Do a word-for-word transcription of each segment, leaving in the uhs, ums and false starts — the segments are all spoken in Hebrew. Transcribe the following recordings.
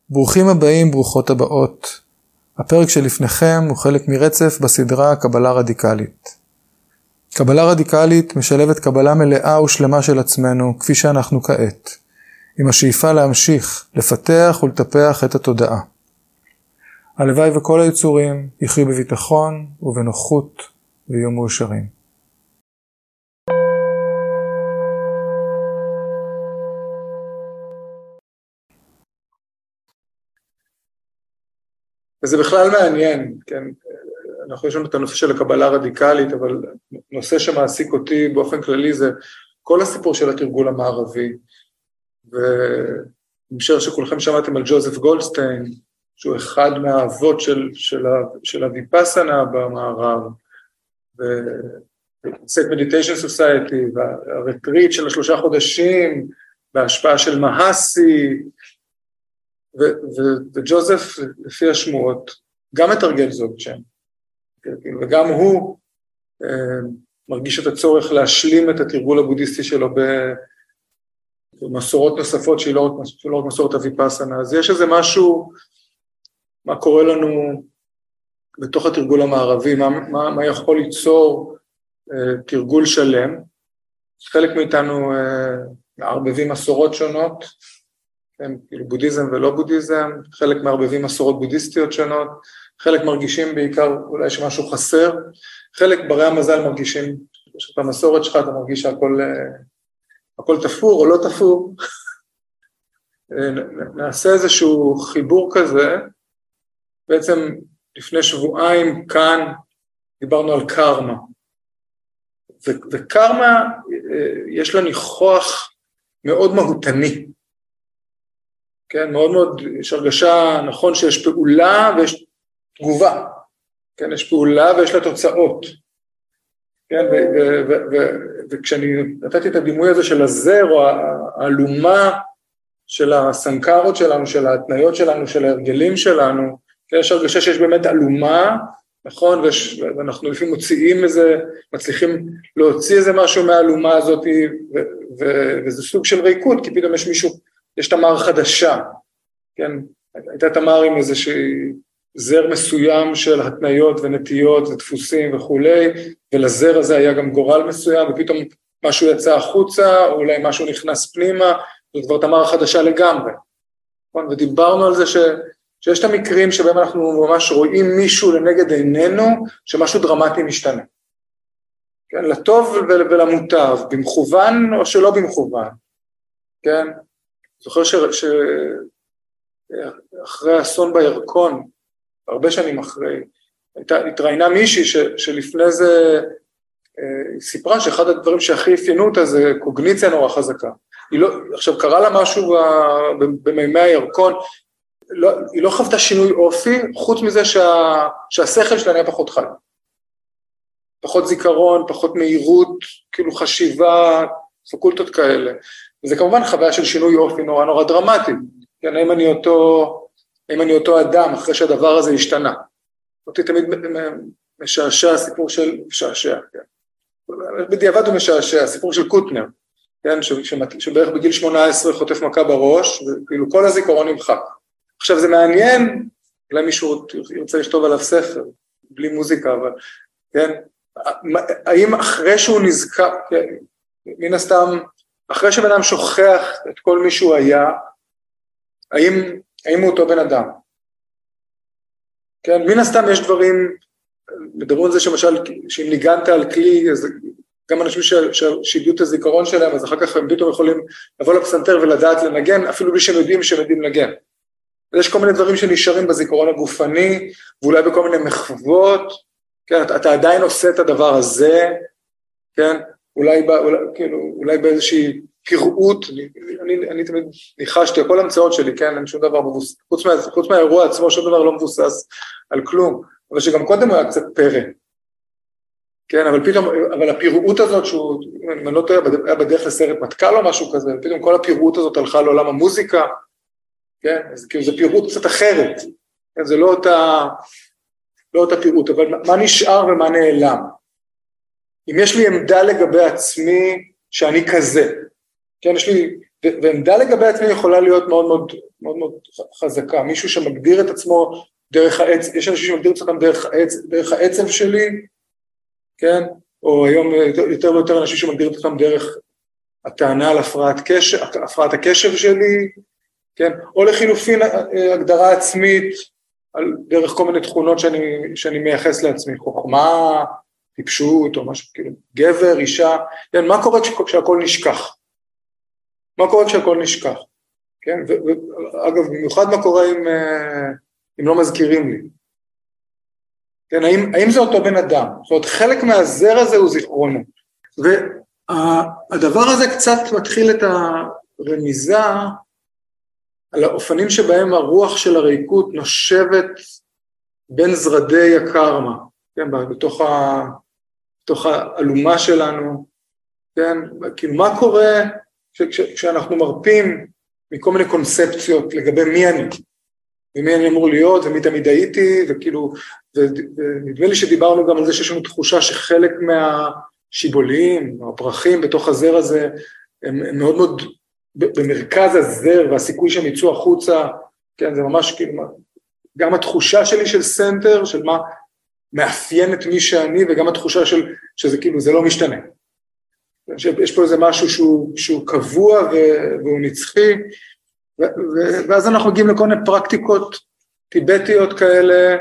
ברוכים הבאים, ברוכות הבאות. הפרק שלפניכם הוא חלק מרצף בסדרה קבלה רדיקלית. קבלה רדיקלית משלבת קבלה מלאה ושלמה של עצמנו, כפי שאנחנו כעת, עם השאיפה להמשיך, לפתח ולטפח את התודעה. הלוואי וכל היצורים יחיו בביטחון ובנוחות ויהיו מאושרים. וזה בכלל מעניין, כן, אנחנו יש לנו את הנושא של הקבלה הרדיקלית, אבל נושא שמעסיק אותי באופן כללי זה כל הסיפור של התרגול המערבי, ואני חושב שכולכם שמעתם על ג'וזף גולדסטיין, שהוא אחד מהאבות של, של, של הוויפאסנה במערב, ו-Set Meditation Society, והרטריט של השלושה חודשים, וההשפעה של מהסי, וג'וזף, לפי השמועות, גם מתרגל זוגצ'ן, וגם הוא מרגיש את הצורך להשלים את התרגול הבודהיסטי שלו במסורות נוספות שהיא לא רק מסורת הוויפאסנה. אז יש איזה משהו, מה קורה לנו בתוך התרגול המערבי, מה, מה, מה יכול ליצור תרגול שלם. חלק מאיתנו מערבבים מסורות שונות, כאילו בודהיזם ולא בודהיזם, חלק מערבבים מסורות בודהיסטיות שונות, חלק מרגישים בעיקר אולי שמשהו חסר, חלק ברי המזל מרגישים, שאתה מסורת שלך אתה מרגיש שהכל הכל תפור או לא תפור. נעשה איזשהו חיבור כזה, בעצם לפני שבועיים כאן דיברנו על קרמה, וקרמה יש לה ניחוח מאוד מהותני, כן, מאוד מאוד, יש הרגשה, נכון שיש פעולה ויש תגובה, כן, יש פעולה ויש לה תוצאות, כן, וכשאני נתתי את הדימוי הזה של הזר, או האלומה של הסנקרות שלנו, של ההתניות שלנו, של ההרגלים שלנו, כן, יש הרגשה שיש באמת אלומה, נכון, ויש, ואנחנו לפעמים מוציאים איזה, מצליחים להוציא איזה משהו מהאלומה הזאת, ו, ו, וזה סוג של ריקות, כי פתאום יש מישהו, יש תמר חדשה, כן, הייתה תמר עם איזושהי זר מסוים של התניות ונטיות ודפוסים וכולי, ולזר הזה היה גם גורל מסוים, ופתאום משהו יצא החוצה, או אולי משהו נכנס פנימה, זאת כבר תמר חדשה לגמרי, נכון? ודיברנו על זה ש, שיש את המקרים שבהם אנחנו ממש רואים מישהו לנגד עינינו, שמשהו דרמטי משתנה, כן, לטוב ולמוטב, במכוון או שלא במכוון, כן, זוכר שאחרי האסון בירקון, הרבה שנים אחרי, הייתה, התראיינה מישהי ש, שלפני זה אה, סיפרה שאחד הדברים שהכי אפיינו אותה זה קוגניציה נורא חזקה. היא לא, עכשיו קרה לה משהו במימי הירקון, לא, היא לא חוותה שינוי אופי, חוץ מזה שה, שהשכל שלה נהיה פחות חי. פחות זיכרון, פחות מהירות, כאילו חשיבה, פקולטות כאלה. וזה כמובן חוויה של שינוי אופי נורא נורא דרמטי. כן, אם אני אותו, אם אני אותו אדם אחרי שהדבר הזה השתנה. אותי תמיד משעשע הסיפור של משעשע, כן. בדיעבד הוא משעשע, הסיפור של קוטנר, כן, שבערך בגיל שמונה עשרה חוטף מכה בראש, וכאילו כל הזיכרון נמחק. עכשיו זה מעניין, אולי מישהו ירצה לכתוב עליו ספר, בלי מוזיקה, אבל, כן, האם אחרי שהוא נזכר, כן, מן הסתם, אחרי שבן אדם שוכח את כל מי שהוא היה, האם, האם הוא אותו בן אדם? כן, מן הסתם יש דברים, מדברים על זה שמשל, שאם ניגנת על כלי, אז גם אנשים שאיבדו את הזיכרון שלהם, אז אחר כך הם פתאום יכולים לבוא לפסנתר ולדעת לנגן, אפילו בלי שהם יודעים שהם יודעים לנגן. יש כל מיני דברים שנשארים בזיכרון הגופני, ואולי בכל מיני מחוות, כן, אתה, אתה עדיין עושה את הדבר הזה, כן, אולי, אולי, כאילו, אולי באיזושהי קראות, אני, אני, אני תמיד ניחשתי, כל המצאות שלי, כן, אין שום דבר מבוסס, חוץ, מה, חוץ מהאירוע עצמו, שום דבר לא מבוסס על כלום, אבל שגם קודם הוא היה קצת פרא, כן, אבל פתאום, אבל הפיראות הזאת, שהוא, אם אני לא טועה, היה בדרך לסרט מטכ"ל או משהו כזה, פתאום כל הפיראות הזאת הלכה לעולם המוזיקה, כן, אז כאילו זה פיראות קצת אחרת, כן, זה לא אותה, לא אותה פיראות, אבל מה נשאר ומה נעלם? אם יש לי עמדה לגבי עצמי שאני כזה, כן, יש לי ועמדה לגבי עצמי יכולה להיות מאוד מאוד, מאוד מאוד חזקה, מישהו שמגדיר את עצמו דרך העץ, יש אנשים שמגדיר את עצמם דרך העץ, דרך העצב שלי, כן, או היום יותר, יותר ויותר אנשים שמגדיר את עצמם דרך הטענה על הפרעת קשב, הפרעת הקשב שלי, כן, או לחילופין הגדרה עצמית, על דרך כל מיני תכונות שאני, שאני מייחס לעצמי, חוכמה, טיפשות, או משהו כאילו, גבר, אישה, כן, מה קורה כשהכל נשכח? מה קורה כשהכל נשכח? כן, ואגב, במיוחד מה קורה אם, אם לא מזכירים לי? כן, האם, האם זה אותו בן אדם? זאת אומרת, חלק מהזר הזה הוא זיכרונו. והדבר הזה קצת מתחיל את הרמיזה על האופנים שבהם הרוח של הריקות נושבת בין זרדי הקרמה, כן, בתוך, ה, בתוך האלומה שלנו, כן, כאילו מה קורה כש, כשאנחנו מרפים מכל מיני קונספציות לגבי מי אני, ומי אני אמור להיות, ומי תמיד הייתי, וכאילו, ונדמה לי שדיברנו גם על זה שיש לנו תחושה שחלק מהשיבולים, הפרחים בתוך הזר הזה, הם, הם מאוד מאוד במרכז הזר, והסיכוי שהם יצאו החוצה, כן, זה ממש כאילו, גם התחושה שלי של סנטר, של מה מאפיין את מי שאני, וגם התחושה של, שזה כאילו, זה לא משתנה. יש פה איזה משהו שהוא, שהוא קבוע והוא נצחי, ואז אנחנו מגיעים לכל מיני פרקטיקות טיבטיות כאלה,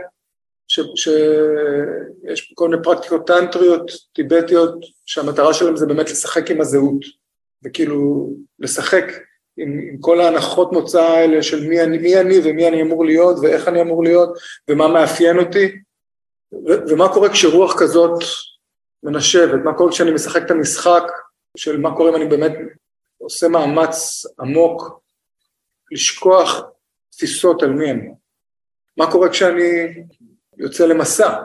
שיש כל מיני פרקטיקות טנטריות טיבטיות, שהמטרה שלהם זה באמת לשחק עם הזהות, וכאילו לשחק עם, עם כל ההנחות מוצא האלה של מי אני, מי אני ומי אני אמור להיות, ואיך אני אמור להיות, ומה מאפיין אותי, ו- ומה קורה כשרוח כזאת מנשבת, מה קורה כשאני משחק את המשחק, של מה קורה אם אני באמת עושה מאמץ עמוק, לשכוח תפיסות על מי אני. מה קורה כשאני יוצא למסע,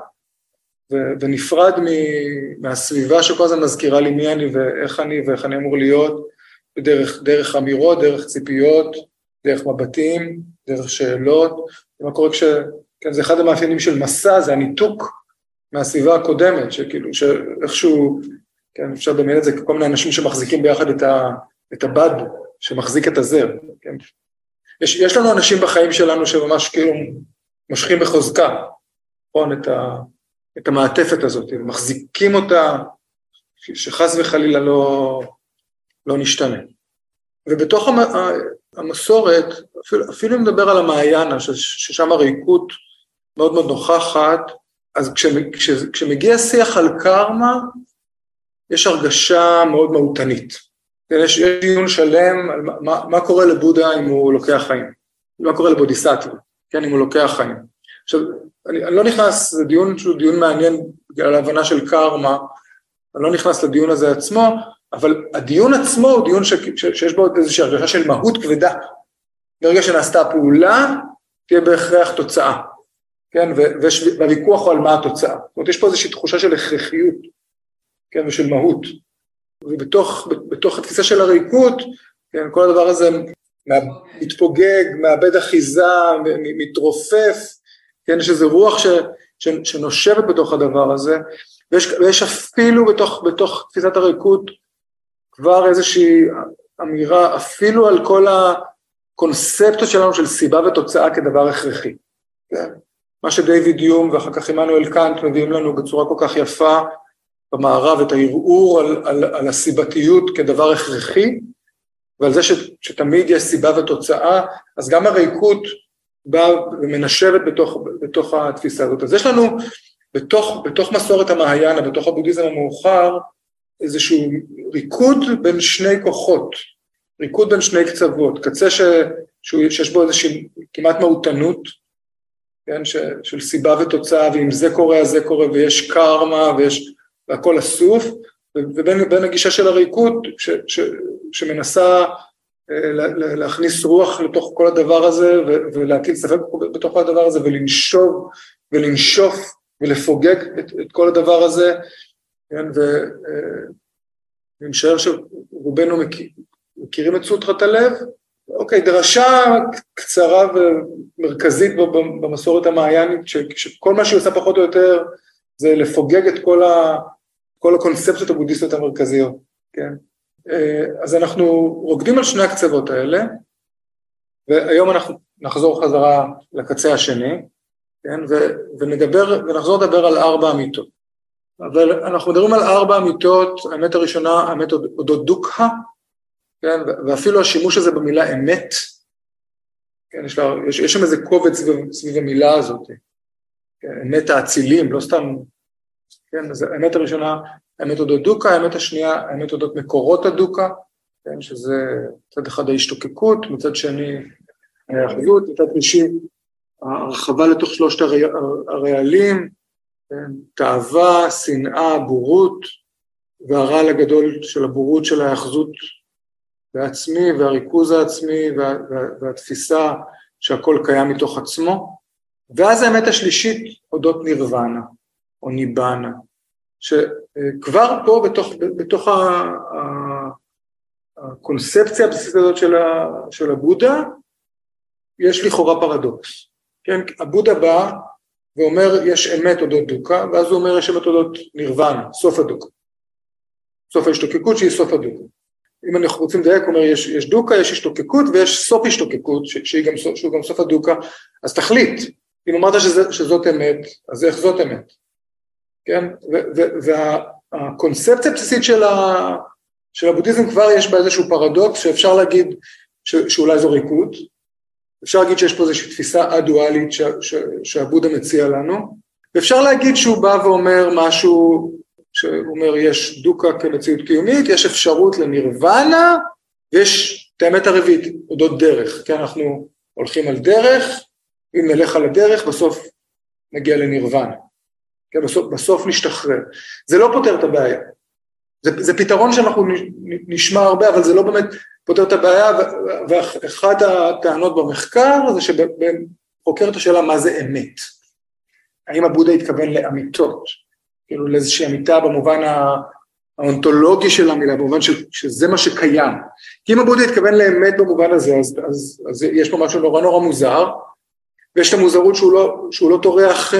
ו- ונפרד מ- מהסביבה שכל הזמן מזכירה לי מי אני ואיך אני ואיך אני אמור להיות, בדרך, דרך אמירות, דרך ציפיות, דרך מבטים, דרך שאלות, ומה קורה כש... כן, זה אחד המאפיינים של מסע, זה הניתוק מהסביבה הקודמת, שכאילו, שאיכשהו, כן, אפשר לדמיין את זה ככל מיני אנשים שמחזיקים ביחד את, ה, את הבד, שמחזיק את הזר, כן. יש, יש לנו אנשים בחיים שלנו שממש כאילו מושכים בחוזקה, נכון, את, ה, את המעטפת הזאת, מחזיקים אותה, שחס וחלילה לא, לא נשתנה. ובתוך המסורת, אפילו, אפילו אם נדבר על המעיינה, ששם הריקות מאוד מאוד נוכחת, אז כש, כשמגיע שיח על קרמה, יש הרגשה מאוד מהותנית. יש, יש דיון שלם על מה, מה קורה לבודה אם הוא לוקח חיים, מה קורה לבודיסטווה, כן, אם הוא לוקח חיים. עכשיו, אני, אני לא נכנס, זה דיון שהוא דיון מעניין על ההבנה של קרמה, אני לא נכנס לדיון הזה עצמו, אבל הדיון עצמו הוא דיון ש, ש, שיש בו איזושהי הרגשה של מהות כבדה. ברגע שנעשתה פעולה, תהיה בהכרח תוצאה. כן, והוויכוח הוא על מה התוצאה. זאת אומרת, יש פה איזושהי תחושה של הכרחיות, כן, ושל מהות. ובתוך, בתוך התפיסה של הריקות, כן, כל הדבר הזה מתפוגג, מאבד אחיזה, מתרופף, כן, יש איזו רוח ש, ש, שנושבת בתוך הדבר הזה, ויש, ויש אפילו בתוך, בתוך תפיסת הריקות, כבר איזושהי אמירה, אפילו על כל הקונספציות שלנו של סיבה ותוצאה כדבר הכרחי. כן? מה שדייוויד יום ואחר כך עמנואל קאנט מביאים לנו בצורה כל כך יפה במערב, את הערעור על, על, על הסיבתיות כדבר הכרחי, ועל זה ש, שתמיד יש סיבה ותוצאה, אז גם הריקות באה ומנשבת בתוך, בתוך התפיסה הזאת. אז יש לנו בתוך, בתוך מסורת המהיאנה, בתוך הבודהיזם המאוחר, איזשהו ריקוד בין שני כוחות, ריקוד בין שני קצוות, קצה ש, שיש בו איזושהי כמעט מהותנות, כן, ש, של סיבה ותוצאה, ואם זה קורה, אז זה קורה, ויש קרמה, ויש, והכל אסוף, ובין בין הגישה של הריקוד, ש, ש, שמנסה להכניס רוח לתוך כל הדבר הזה, ולהטיל ספק בתוך הדבר הזה, ולנשוב, ולנשוף, ולפוגג את, את כל הדבר הזה, כן, ואני משער שרובנו מכיר, מכירים את סוטרת הלב, אוקיי, דרשה קצרה ומרכזית במסורת המעיינית, שכל מה שהיא עושה פחות או יותר, זה לפוגג את כל, ה, כל הקונספציות הבודהיסטיות המרכזיות, כן. אז אנחנו רוקדים על שני הקצוות האלה, והיום אנחנו נחזור חזרה לקצה השני, כן? ונדבר, ונחזור לדבר על ארבע אמיתות. אבל אנחנו מדברים על ארבע אמיתות, האמת הראשונה, האמת אודות דוקה, כן? ואפילו השימוש הזה במילה אמת, כן? יש, לה, יש, יש שם איזה קובץ סביב, סביב המילה הזאת, כן? אמת האצילים, לא סתם, כן? אז האמת הראשונה, האמת אודות דוקה, האמת השנייה, האמת אודות מקורות הדוקה, כן? שזה מצד אחד ההשתוקקות, מצד שני האחדות, מצד שלישי הרחבה לתוך שלושת הרעלים, כן? תאווה, שנאה, בורות, והרעל הגדול של הבורות של האחזות בעצמי, והריכוז העצמי, וה, וה, והתפיסה שהכל קיים מתוך עצמו, ואז האמת השלישית אודות נירוונה, או ניבנה, שכבר פה בתוך, בתוך ה, ה, הקונספציה הבסיסית הזאת של, ה, של הבודה, יש לכאורה פרדוקס. כן? הבודה בא ואומר יש אמת אודות דוקה, ואז הוא אומר יש אמת אודות נירוונה, סוף הדוקה. סוף ההשתוקקות שהיא סוף הדוקה. אם אנחנו רוצים לדייק, הוא אומר יש, יש דוקה, יש השתוקקות ויש סוף השתוקקות, שהיא גם, שהוא גם סוף הדוקה, אז תחליט, אם אמרת שזה, שזאת אמת, אז איך זאת אמת? כן? והקונספציה הבסיסית של, ה, של הבודהיזם כבר יש בה איזשהו פרדוקס, שאפשר להגיד ש, שאולי זו ריקוד, אפשר להגיד שיש פה איזושהי תפיסה א-דואלית ש, ש, שהבודה מציע לנו, ואפשר להגיד שהוא בא ואומר משהו, שהוא אומר יש דוקה כמציאות קיומית, יש אפשרות לנירוונה, ויש את האמת הרביעית, אודות דרך, כי אנחנו הולכים על דרך, אם נלך על הדרך, בסוף נגיע לנירוונה, כן, בסוף, בסוף נשתחרר. זה לא פותר את הבעיה, זה, זה פתרון שאנחנו נשמע הרבה, אבל זה לא באמת פותר את הבעיה, ואחת הטענות במחקר זה שחוקר את השאלה מה זה אמת. האם הבודה התכוון לאמיתות, כאילו לאיזושהי אמיתה במובן האונתולוגי של המילה, במובן ש, שזה מה שקיים. כי אם הבודה התכוון לאמת במובן הזה, אז, אז, אז יש פה משהו נורא נורא מוזר, ויש את המוזרות שהוא לא, שהוא לא תורח,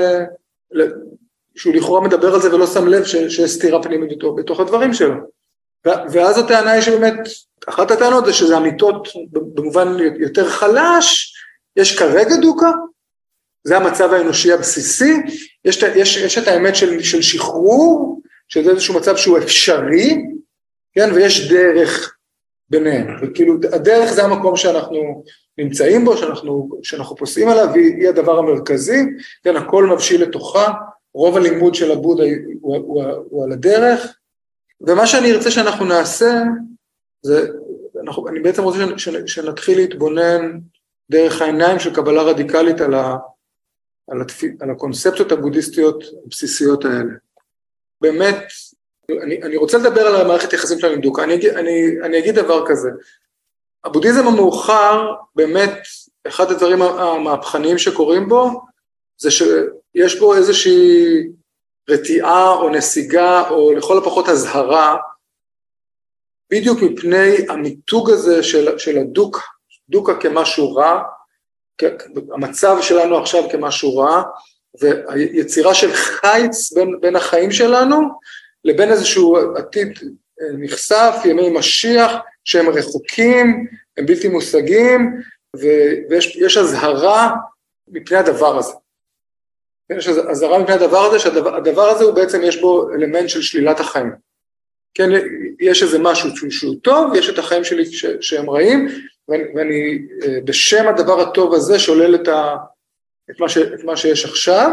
שהוא לכאורה מדבר על זה ולא שם לב שיש סתירה פנימית בתוך, בתוך הדברים שלו. ואז הטענה היא שבאמת, אחת הטענות זה שזה אמיתות במובן יותר חלש, יש כרגע דוקה, זה המצב האנושי הבסיסי, יש, יש, יש את האמת של, של שחרור, שזה איזשהו מצב שהוא אפשרי, כן, ויש דרך ביניהם, וכאילו הדרך זה המקום שאנחנו נמצאים בו, שאנחנו, שאנחנו פוסעים עליו, והיא הדבר המרכזי, כן, הכל מבשיל לתוכה, רוב הלימוד של הבודה הוא, הוא, הוא, הוא על הדרך, ומה שאני ארצה שאנחנו נעשה, זה, אנחנו, אני בעצם רוצה שנתחיל להתבונן דרך העיניים של קבלה רדיקלית על, ה, על, התפ, על הקונספציות הבודהיסטיות הבסיסיות האלה. באמת, אני, אני רוצה לדבר על המערכת יחסים שלנו עם דוקה, אני, אני, אני אגיד דבר כזה, הבודהיזם המאוחר, באמת, אחד הדברים המהפכניים שקורים בו, זה שיש בו איזושהי רתיעה או נסיגה, או לכל הפחות הזהרה, בדיוק מפני המיתוג הזה של, של הדוקה, דוקה כמשהו רע, המצב שלנו עכשיו כמשהו רע, והיצירה של חיץ בין, בין החיים שלנו, לבין איזשהו עתיד נחשף, ימי משיח, שהם רחוקים, הם בלתי מושגים, ויש יש הזהרה מפני הדבר הזה. יש הזהרה מפני הדבר הזה, שהדבר הזה הוא בעצם יש בו אלמנט של שלילת החיים. כן, יש איזה משהו שהוא, שהוא טוב, יש את החיים שלי ש, שהם רעים, ואני, ואני בשם הדבר הטוב הזה שולל את, ה, את, מה ש, את מה שיש עכשיו,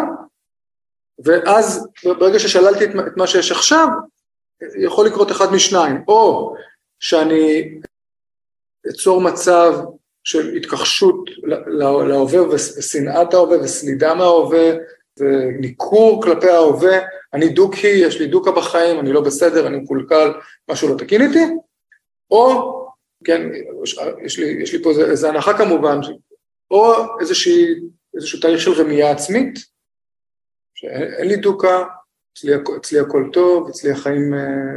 ואז ברגע ששללתי את, את מה שיש עכשיו, יכול לקרות אחד משניים, או שאני אצור מצב של התכחשות להווה ושנאת ההווה וסלידה מההווה וניכור כלפי ההווה, אני דוקי, יש לי דוקה בחיים, אני לא בסדר, אני מקולקל, משהו לא תקין איתי, או, כן, יש לי, יש לי פה איזו הנחה כמובן, או איזושהי, איזשהו תהליך של רמייה עצמית, שאין לי דוקה, אצלי, אצלי הכל טוב, אצלי החיים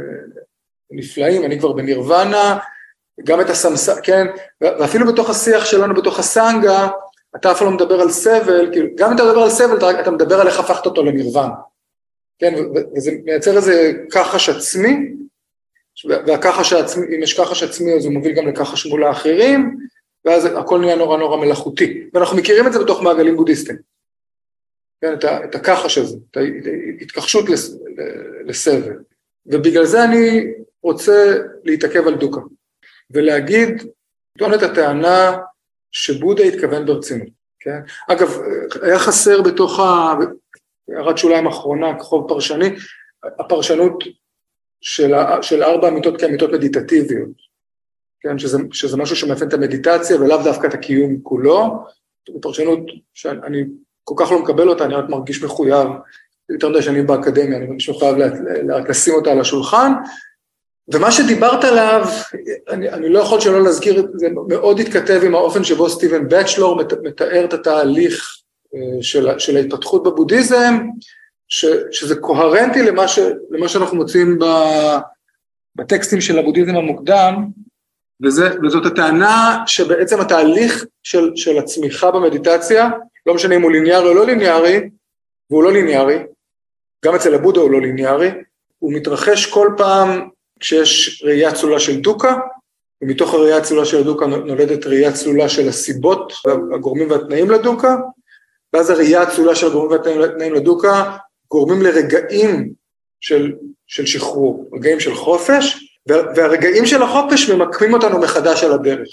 נפלאים, אני כבר בנירוונה, גם את הסמסה, כן, ואפילו בתוך השיח שלנו, בתוך הסנגה, אתה אף לא מדבר על סבל, כאילו, גם אם אתה מדבר על סבל, אתה, אתה מדבר על איך הפכת אותו לנירוונה, כן, וזה מייצר איזה כחש עצמי, והכחש העצמי, אם יש כחש עצמי, אז הוא מוביל גם לכחש מול האחרים, ואז הכל נהיה נורא נורא מלאכותי. ואנחנו מכירים את זה בתוך מעגלים בודהיסטיים. כן, את, את הכחש הזה, את ההתכחשות לס, לסבל. ובגלל זה אני רוצה להתעכב על דוקה, ולהגיד, לטעון את הטענה שבודה התכוון ברצינות. כן? אגב, היה חסר בתוך הערת שוליים האחרונה, כחוב פרשני, הפרשנות של, של ארבע אמיתות כאמיתות מדיטטיביות, כן? שזה, שזה משהו שמאפיין את המדיטציה, ולאו דווקא את הקיום כולו, פרשנות שאני כל כך לא מקבל אותה, אני רק מרגיש מחויב, יותר מדי שנים באקדמיה, אני מרגיש מחויב לשים אותה על השולחן, ומה שדיברת עליו, אני, אני לא יכול שלא להזכיר, זה מאוד התכתב עם האופן שבו סטיבן בצ'לור מתאר את התהליך של, של ההתפתחות בבודהיזם, ש, שזה קוהרנטי למה, ש, למה שאנחנו מוצאים ב, בטקסטים של הבודהיזם המוקדם, וזה, וזאת הטענה שבעצם התהליך של, של הצמיחה במדיטציה, לא משנה אם הוא ליניארי או לא ליניארי, והוא לא ליניארי, גם אצל הבודה הוא לא ליניארי, הוא מתרחש כל פעם כשיש ראייה צלולה של דוקה, ומתוך הראייה הצלולה של דוקה נולדת ראייה צלולה של הסיבות, הגורמים והתנאים לדוקה, ואז הראייה הצלולה של הגורמים והתנאים לדוקה, גורמים לרגעים של, של שחרור, רגעים של חופש, והרגעים של החופש ממקמים אותנו מחדש על הדרך.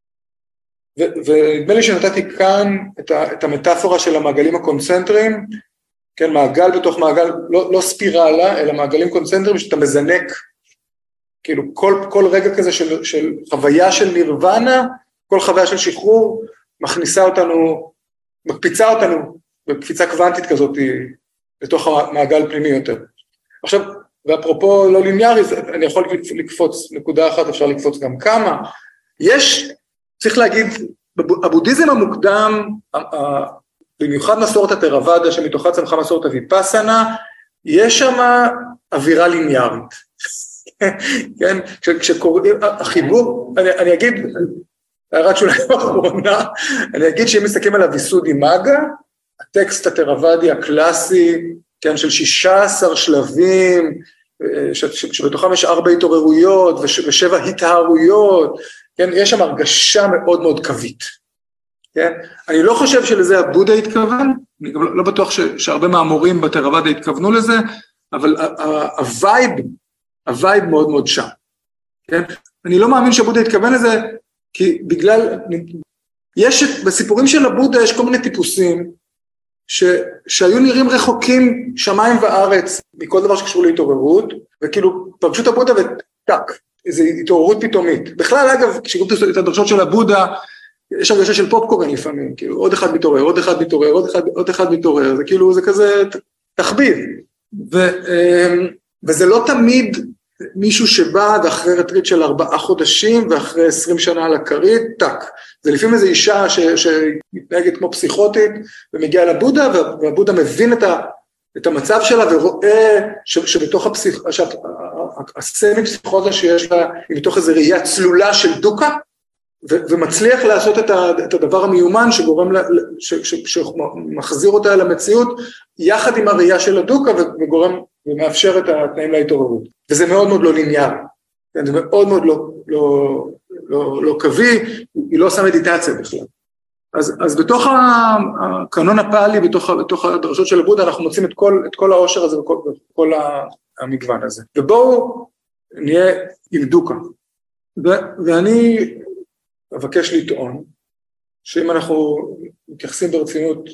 ונדמה לי שנתתי כאן את, ה, את המטאפורה של המעגלים הקונצנטריים, כן, מעגל בתוך מעגל, לא, לא ספירלה, אלא מעגלים קונצנטריים שאתה מזנק, כאילו כל, כל רגע כזה של, של חוויה של נירוונה, כל חוויה של שחרור, מכניסה אותנו, מקפיצה אותנו, בקפיצה קוונטית כזאת, לתוך המעגל פנימי יותר. עכשיו, ואפרופו לא ליניארי, אני יכול לקפוץ נקודה אחת, אפשר לקפוץ גם כמה, יש, צריך להגיד, הבודהיזם המוקדם, במיוחד מסורת התרוואדה, שמתוכה צמחה מסורת הוויפאסנה, יש שם אווירה ליניארית. כן, כשקוראים, החיבור, אני, אני אגיד, הערת שוליים האחרונה, אני אגיד שאם מסתכלים על הוויסודי מגה, הטקסט התרוואדי הקלאסי, כן, של שישה עשר שלבים, שבתוכם יש ארבע התעוררויות ושבע התארויות, כן, יש שם הרגשה מאוד מאוד קווית. כן? אני לא חושב שלזה הבודה התכוון, אני גם לא בטוח ש, שהרבה מהמורים בתרוואדה התכוונו לזה, אבל הווייב, הווייב מאוד מאוד שם. כן? אני לא מאמין שהבודה התכוון לזה, כי בגלל, יש, בסיפורים של הבודה יש כל מיני טיפוסים, ש, שהיו נראים רחוקים שמיים וארץ, מכל דבר שקשור להתעוררות, וכאילו פגשו את הבודה וטק, איזו התעוררות פתאומית. בכלל, אגב, כשקוראים את הדרשות של הבודה, יש הרגשה של פופקורן לפעמים, כאילו עוד אחד מתעורר, עוד אחד מתעורר, עוד אחד, עוד אחד מתעורר, זה כאילו, זה כזה תחביב. ו, וזה לא תמיד מישהו שבא ואחרי רטריט של ארבעה חודשים, ואחרי עשרים שנה על הכרית, טק. זה לפעמים איזו אישה ש, שמתנהגת כמו פסיכוטית, ומגיעה לבודה, והבודה מבין את, ה, את המצב שלה, ורואה ש, שבתוך הפסיכ... הסמי פסיכוזה שיש לה, היא מתוך איזו ראייה צלולה של דוקה, ו- ומצליח לעשות את, ה- את הדבר המיומן שגורם, לה, ש- ש- שמחזיר אותה אל המציאות, יחד עם הראייה של הדוקה, וגורם, ומאפשר את התנאים להתעוררות. וזה מאוד מאוד לא ליניארי, זה מאוד מאוד לא, לא, לא, לא קווי, היא לא עושה מדיטציה בכלל. אז, אז בתוך הקנון הפאלי, בתוך, בתוך הדרשות של הבודה, אנחנו מוצאים את כל, את כל העושר הזה, וכל, וכל המגוון הזה. ובואו נהיה עם דוקה. ו- ואני אבקש לטעון, שאם אנחנו מתייחסים ברצינות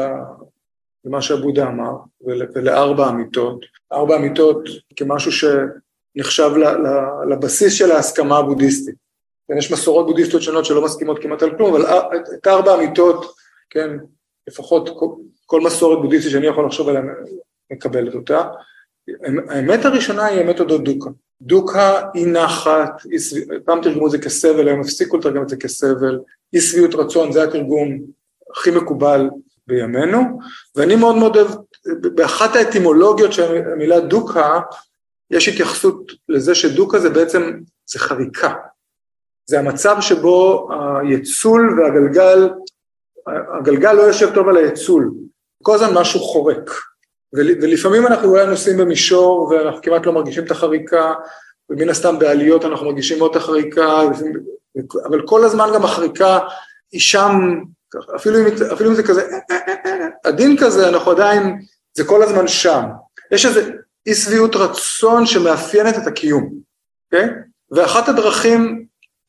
למה שהבודה אמר, ול, ולארבע אמיתות, ארבע אמיתות כמשהו שנחשב לבסיס של ההסכמה הבודהיסטית. יש מסורות בודהיסטיות שונות שלא מסכימות כמעט על כלום, אבל את ארבע אמיתות, כן, לפחות כל, כל מסורת בודהיסטית שאני יכול לחשוב עליה, מקבלת אותה. האמת הראשונה היא האמת אודות דוקה. דוקה היא נחת, פעם תרגמו את זה כסבל, היום הפסיקו לתרגם את זה כסבל, אי שביעות רצון, זה התרגום הכי מקובל בימינו, ואני מאוד מאוד אוהב, באחת האטימולוגיות של המילה דוקה, יש התייחסות לזה שדוקה זה בעצם, זה חריקה, זה המצב שבו היצול והגלגל, הגלגל לא יושב טוב על היצול, כל הזמן משהו חורק, ולפעמים אנחנו אולי נוסעים במישור, ואנחנו כמעט לא מרגישים את החריקה, ומן הסתם בעליות אנחנו מרגישים מאוד החריקה, אבל כל הזמן גם החריקה היא שם, אפילו אם, אפילו אם זה כזה, הדין כזה, אנחנו עדיין, זה כל הזמן שם. יש איזו אי שביעות רצון שמאפיינת את הקיום, אוקיי? ואחת הדרכים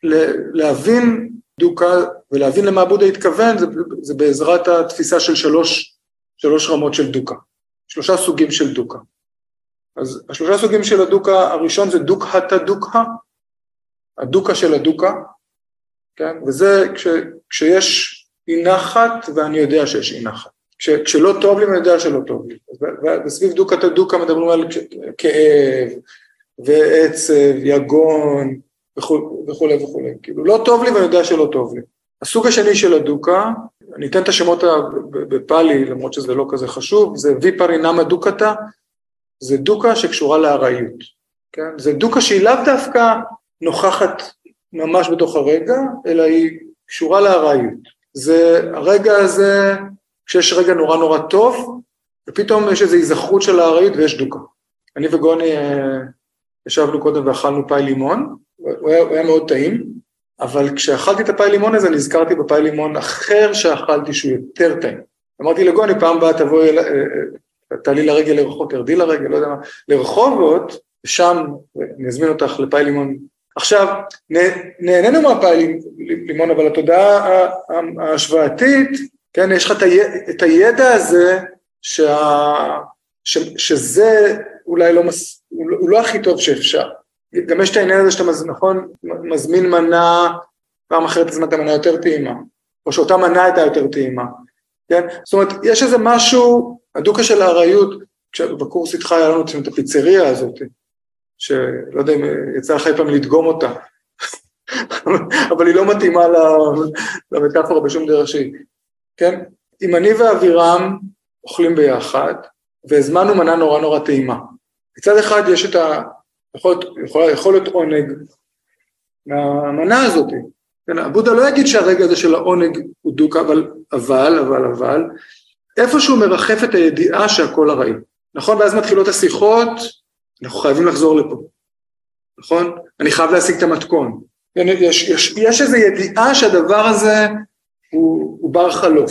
להבין דוקה, ולהבין למה בודה התכוון, זה, זה בעזרת התפיסה של שלוש, שלוש רמות של דוקה, שלושה סוגים של דוקה. אז השלושה סוגים של הדוקה, הראשון זה דוקהת הדוקה, הדוקה של הדוקה, כן? וזה כש, כשיש אי נחת ואני יודע שיש אי נחת. כש, כשלא טוב לי, אני יודע שלא טוב לי. וסביב דוקת הדוקה מדברים על כאב, ועצב, יגון, וכו' וכו' וכו'. כאילו, לא טוב לי ואני יודע שלא טוב לי. הסוג השני של הדוקה, אני אתן את השמות בפאלי, למרות שזה לא כזה חשוב, זה ויפרינמה דוקתה, זה דוקה שקשורה לארעיות. כן? זה דוקה שהיא לאו דווקא נוכחת ממש בתוך הרגע, אלא היא קשורה לארעיות. זה הרגע הזה, כשיש רגע נורא נורא טוב, ופתאום יש איזו היזכרות של הארעיות ויש דוקה. אני וגוני ישבנו קודם ואכלנו פאי לימון, הוא היה, הוא היה מאוד טעים, אבל כשאכלתי את הפאי לימון הזה, נזכרתי בפאי לימון אחר שאכלתי שהוא יותר טעים. אמרתי לגוני, פעם באה תבואי, תעלי לרגל לרחובות, תרדי לרגל, לא יודע מה, לרחובות, ושם אני אזמין אותך לפאי לימון. עכשיו, נהנינו מהפאי לימון, אבל התודעה ההשוואתית, כן, יש לך את הידע הזה, שה, ש, שזה אולי לא, מס, הוא לא הכי טוב שאפשר. גם יש את העניין הזה שאתה מז, נכון, מזמין מנה, פעם אחרת הזמנת מנה יותר טעימה, או שאותה מנה הייתה יותר טעימה. כן? זאת אומרת, יש איזה משהו, הדוקה של הארעיות, כשבקורס איתך היה לנו את הפיצריה הזאת, שלא יודע אם יצא לך פעם לדגום אותה, אבל היא לא מתאימה למטאפורה בשום דרך שהיא. כן? אם אני ואבירם אוכלים ביחד, והזמנו מנה נורא נורא טעימה. מצד אחד יש את ה... יכול, יכול, יכול להיות עונג מהמנה הזאת. כן? הבודה לא יגיד שהרגע הזה של העונג הוא דוקה, אבל, אבל, אבל, אבל, איפשהו מרחף את הידיעה שהכל הראי. נכון? ואז מתחילות השיחות, אנחנו חייבים לחזור לפה. נכון? אני חייב להשיג את המתכון. יש, יש, יש איזו ידיעה שהדבר הזה הוא, הוא בר חלוף.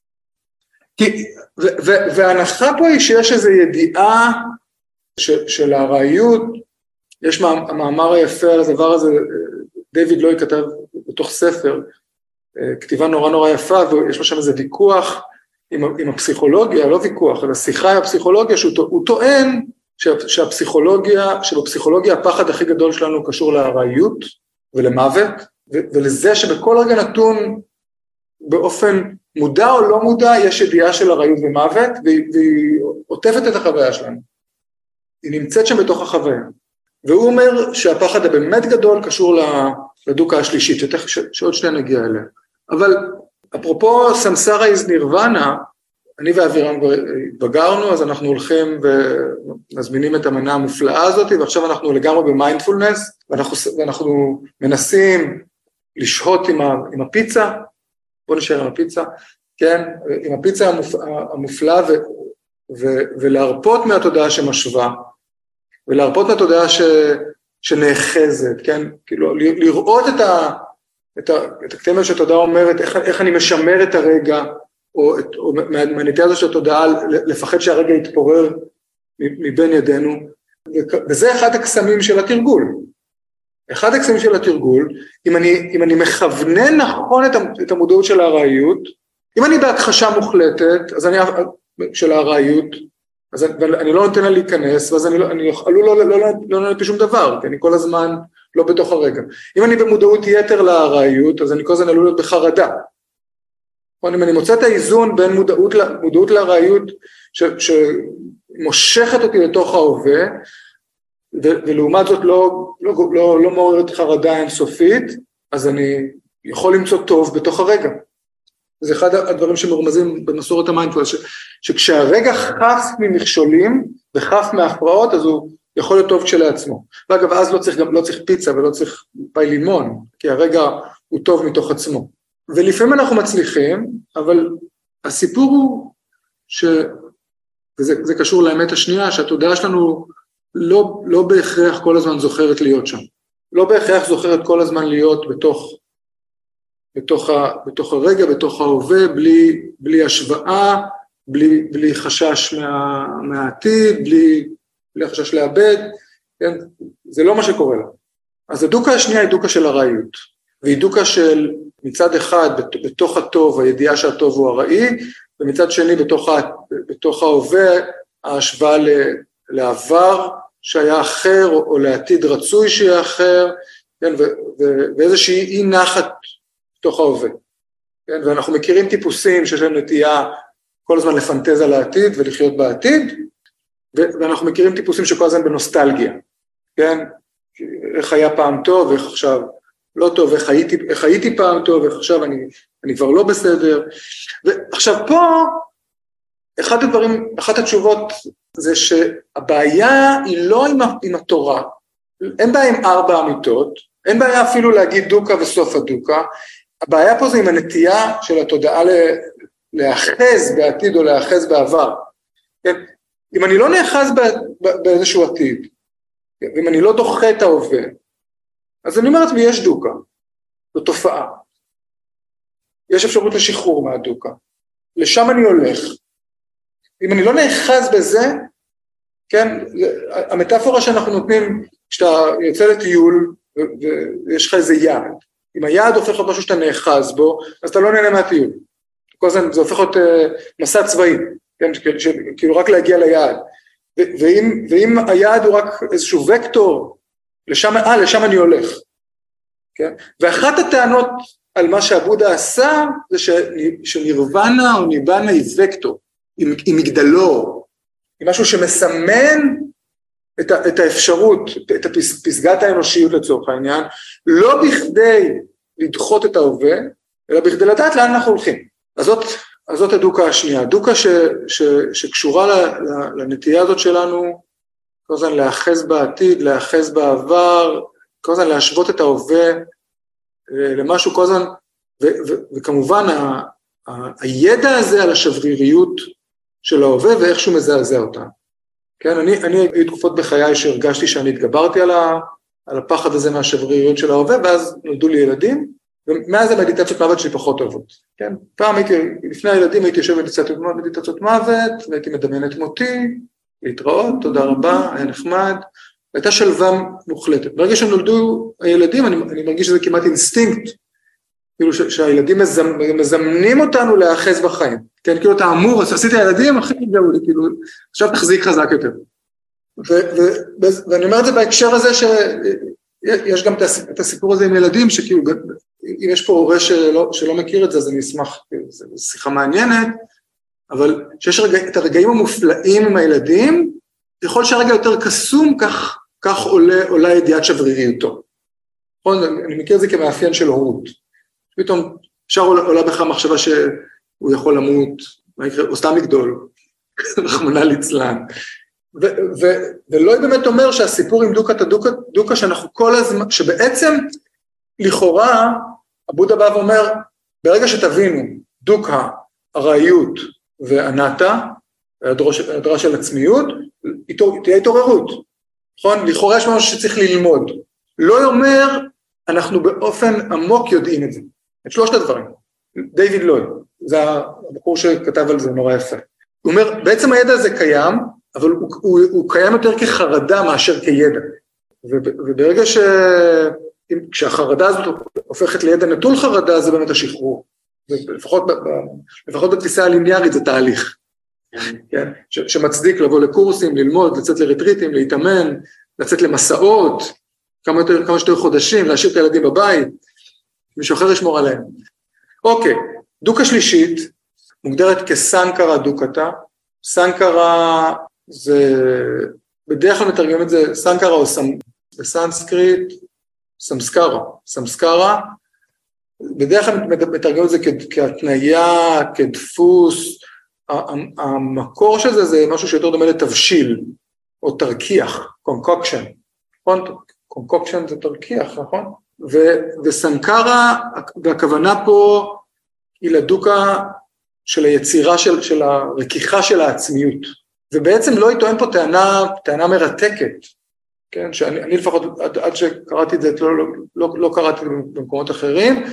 כי, ו, ו, וההנחה פה היא שיש איזו ידיעה של, של הרעיות, יש המאמר היפה על הדבר הזה, דיוויד לוי כתב בתוך ספר, כתיבה נורא נורא יפה, ויש לו שם איזה ויכוח עם, עם הפסיכולוגיה, לא ויכוח, אלא שיחה עם הפסיכולוגיה, שהוא טוען שהפסיכולוגיה, שבפסיכולוגיה הפחד הכי גדול שלנו קשור להרעיות ולמוות, ולזה שבכל רגע נתון, באופן מודע או לא מודע, יש ידיעה של הרעיות ומוות, והיא עוטפת את החוויה שלנו. היא נמצאת שם בתוך החוויה. והוא אומר שהפחד הבאמת גדול קשור לדוקה השלישית, שעוד שנייה נגיע אליה. אבל אפרופו סמסרה איז נירוונה, אני ואבירם התבגרנו, אז אנחנו הולכים ומזמינים את המנה המופלאה הזאת, ועכשיו אנחנו לגמרי במיינדפולנס, ואנחנו, ואנחנו מנסים לשהות עם, ה, עם הפיצה, בוא נשאר עם הפיצה, כן, עם הפיצה המופ, המופלאה, ו, ו, ולהרפות מהתודעה שמשווה, ולהרפות מהתודעה ש, שנאחזת, כן, כאילו, לראות את ה... את, ה, את הכתמה שהתודעה אומרת, איך, איך אני משמר את הרגע, או, או מהנטייה הזו של התודעה, לפחד שהרגע יתפורר מבין ידינו, וזה אחד הקסמים של התרגול. אחד הקסמים של התרגול, אם אני, אם אני מכוונן נכון את המודעות של הרעיות, אם אני בהכחשה מוחלטת, אז אני, של הרעיות, אז אני, אני לא נותן לה להיכנס, ואז אני, אני עלול לא, לא, לא, לא נותן שום דבר, כי אני כל הזמן לא בתוך הרגע. אם אני במודעות יתר לרעיות, אז אני כל הזמן עלול להיות בחרדה. אם אני מוצא את האיזון בין מודעות, מודעות לרעיות, ש, שמושכת אותי לתוך ההווה, ולעומת זאת לא, לא, לא, לא מעוררת חרדה אינסופית, אז אני יכול למצוא טוב בתוך הרגע. זה אחד הדברים שמרומזים במסורת המיינדפולנס, שכשהרגע חף ממכשולים וחף מהפרעות, אז הוא יכול להיות טוב כשלעצמו. ואגב, אז לא צריך, גם לא צריך פיצה ולא צריך פאי לימון, כי הרגע הוא טוב מתוך עצמו. ולפעמים אנחנו מצליחים, אבל הסיפור הוא, ש... וזה זה קשור לאמת השנייה, שהתודעה שלנו לא, לא בהכרח כל הזמן זוכרת להיות שם. לא בהכרח זוכרת כל הזמן להיות בתוך, בתוך, ה, בתוך הרגע, בתוך ההווה, בלי, בלי השוואה, בלי, בלי חשש מה, מהעתיד, בלי, בלי חשש לאבד, כן? זה לא מה שקורה לה. אז הדוקה השנייה היא דוקה של הרעיות, והיא דוקה של מצד אחד בתוך הטוב, הידיעה שהטוב הוא הרעי, ומצד שני בתוך, ה, בתוך ההווה, ההשוואה ל, לעבר שהיה אחר, או, או לעתיד רצוי שיהיה אחר, כן? ו, ו, ואיזושהי אי נחת בתוך ההווה. כן? ואנחנו מכירים טיפוסים שיש להם נטייה כל הזמן לפנטז על העתיד ולחיות בעתיד, ואנחנו מכירים טיפוסים שכל הזמן בנוסטלגיה, כן? איך היה פעם טוב, איך עכשיו לא טוב, איך הייתי, איך הייתי פעם טוב, איך עכשיו אני, אני כבר לא בסדר. ועכשיו פה, אחד הדברים, אחת התשובות זה שהבעיה היא לא עם, עם התורה, אין בעיה עם ארבע אמיתות, אין בעיה אפילו להגיד דוקה וסוף הדוקה, הבעיה פה זה עם הנטייה של התודעה להאחז בעתיד או להאחז בעבר. כן? אם אני לא נאחז באיזשהו עתיד, ואם אני לא דוחה את ההווה, אז אני אומרת, יש דוקה, זו תופעה. יש אפשרות לשחרור מהדוקה. לשם אני הולך. אם אני לא נאחז בזה, כן, המטאפורה שאנחנו נותנים, כשאתה יוצא לטיול, ויש לך איזה יעד, אם היעד הופך להיות משהו שאתה נאחז בו, אז אתה לא נהנה מהטיול. כל זה, זה הופך להיות מסע צבאי, כן, כאילו רק להגיע ליעד. ואם, ואם היעד הוא רק איזשהו וקטור, לשם, אה, לשם אני הולך. כן? ואחת הטענות על מה שהבודה עשה, זה שנירוונה או ניבנה היא וקטור, היא, היא מגדלור, היא משהו שמסמן את, ה, את האפשרות, את הפסגת האנושיות לצורך העניין, לא בכדי לדחות את ההווה, אלא בכדי לדעת לאן אנחנו הולכים. אז זאת, אז זאת הדוקה השנייה, הדוקה ש, ש, שקשורה לנטייה הזאת שלנו, כל הזמן להאחז בעתיד, להאחז בעבר, כל הזמן להשוות את ההווה למשהו כל הזמן, ו, ו, וכמובן ה, ה, הידע הזה על השבריריות של ההווה ואיך שהוא מזעזע אותה. כן, אני, אני היו תקופות בחיי שהרגשתי שאני התגברתי על, ה, על הפחד הזה מהשבריריות של ההווה, ואז נולדו לי ילדים, ומאז המדיטציות מוות שלי פחות טובות. כן, פעם הייתי, לפני הילדים הייתי יושב במדיטציות מוות, והייתי מדמיין את מותי, להתראות, תודה רבה, היה נחמד, והייתה שלווה מוחלטת. ברגע שנולדו הילדים, אני, אני מרגיש שזה כמעט אינסטינקט, כאילו ש, שהילדים מזמ, מזמנים אותנו להאחז בחיים. כן, כאילו אתה אמור, אז עשיתי הילדים, אחי, זהו, כאילו, עכשיו תחזיק חזק יותר. ו, ו, ו, ואני אומר את זה בהקשר הזה, שיש גם את הסיפור הזה עם ילדים, שכאילו, אם יש פה הורה שלא, שלא מכיר את זה, אז אני אשמח, זו שיחה מעניינת, אבל שיש רגע, את הרגעים המופלאים עם הילדים, ככל שהרגע יותר קסום, כך, כך עולה, עולה ידיעת שבריריותו. נכון? אני מכיר את זה כמאפיין של הורות. פתאום אפשר עולה, עולה בך מחשבה שהוא יכול למות, מה יקרה, או סתם לגדול, רחמנא ליצלן. ו- ו- ולא באמת אומר שהסיפור עם דוקה, הדוקה, דוקה שאנחנו כל הזמן, שבעצם לכאורה, הבודה בא ואומר, ברגע שתבינו דוקה, הרעיות וענתה, הדרה של עצמיות, תהיה התעוררות, נכון? לכאורה יש משהו שצריך ללמוד. לא אומר, אנחנו באופן עמוק יודעים את זה. את שלושת הדברים. דיוויד לויד, זה הבחור שכתב על זה נורא יפה. הוא אומר, בעצם הידע הזה קיים, אבל הוא, הוא, הוא קיים יותר כחרדה מאשר כידע. וברגע ש... כשהחרדה הזאת הופכת לידע נטול חרדה, זה באמת השחרור. לפחות, לפחות בתפיסה הליניארית זה תהליך. כן? ש, שמצדיק לבוא לקורסים, ללמוד, לצאת לרטריטים, להתאמן, לצאת למסעות, כמה, יותר, כמה שיותר חודשים, להשאיר את הילדים בבית, מישהו אחר ישמור עליהם. אוקיי, דוקה שלישית, מוגדרת כסנקרה דוקתה, סנקרה זה, בדרך כלל מתרגם את זה, סנקרה או סמ, בסנסקריט, סמסקרה, סמסקרה, בדרך כלל מתרגם את זה כהתניה, כדפוס, המקור של זה זה משהו שיותר דומה לתבשיל, או תרקיח, קונקוקשן, נכון? קונקוקשן זה תרקיח, נכון? וסנקרה, והכוונה פה היא לדוקה של היצירה, של, של הרקיחה של העצמיות. ובעצם לא יטוען פה טענה, טענה מרתקת, כן, שאני אני לפחות עד, עד שקראתי את זה, לא, לא, לא, לא קראתי במקומות אחרים,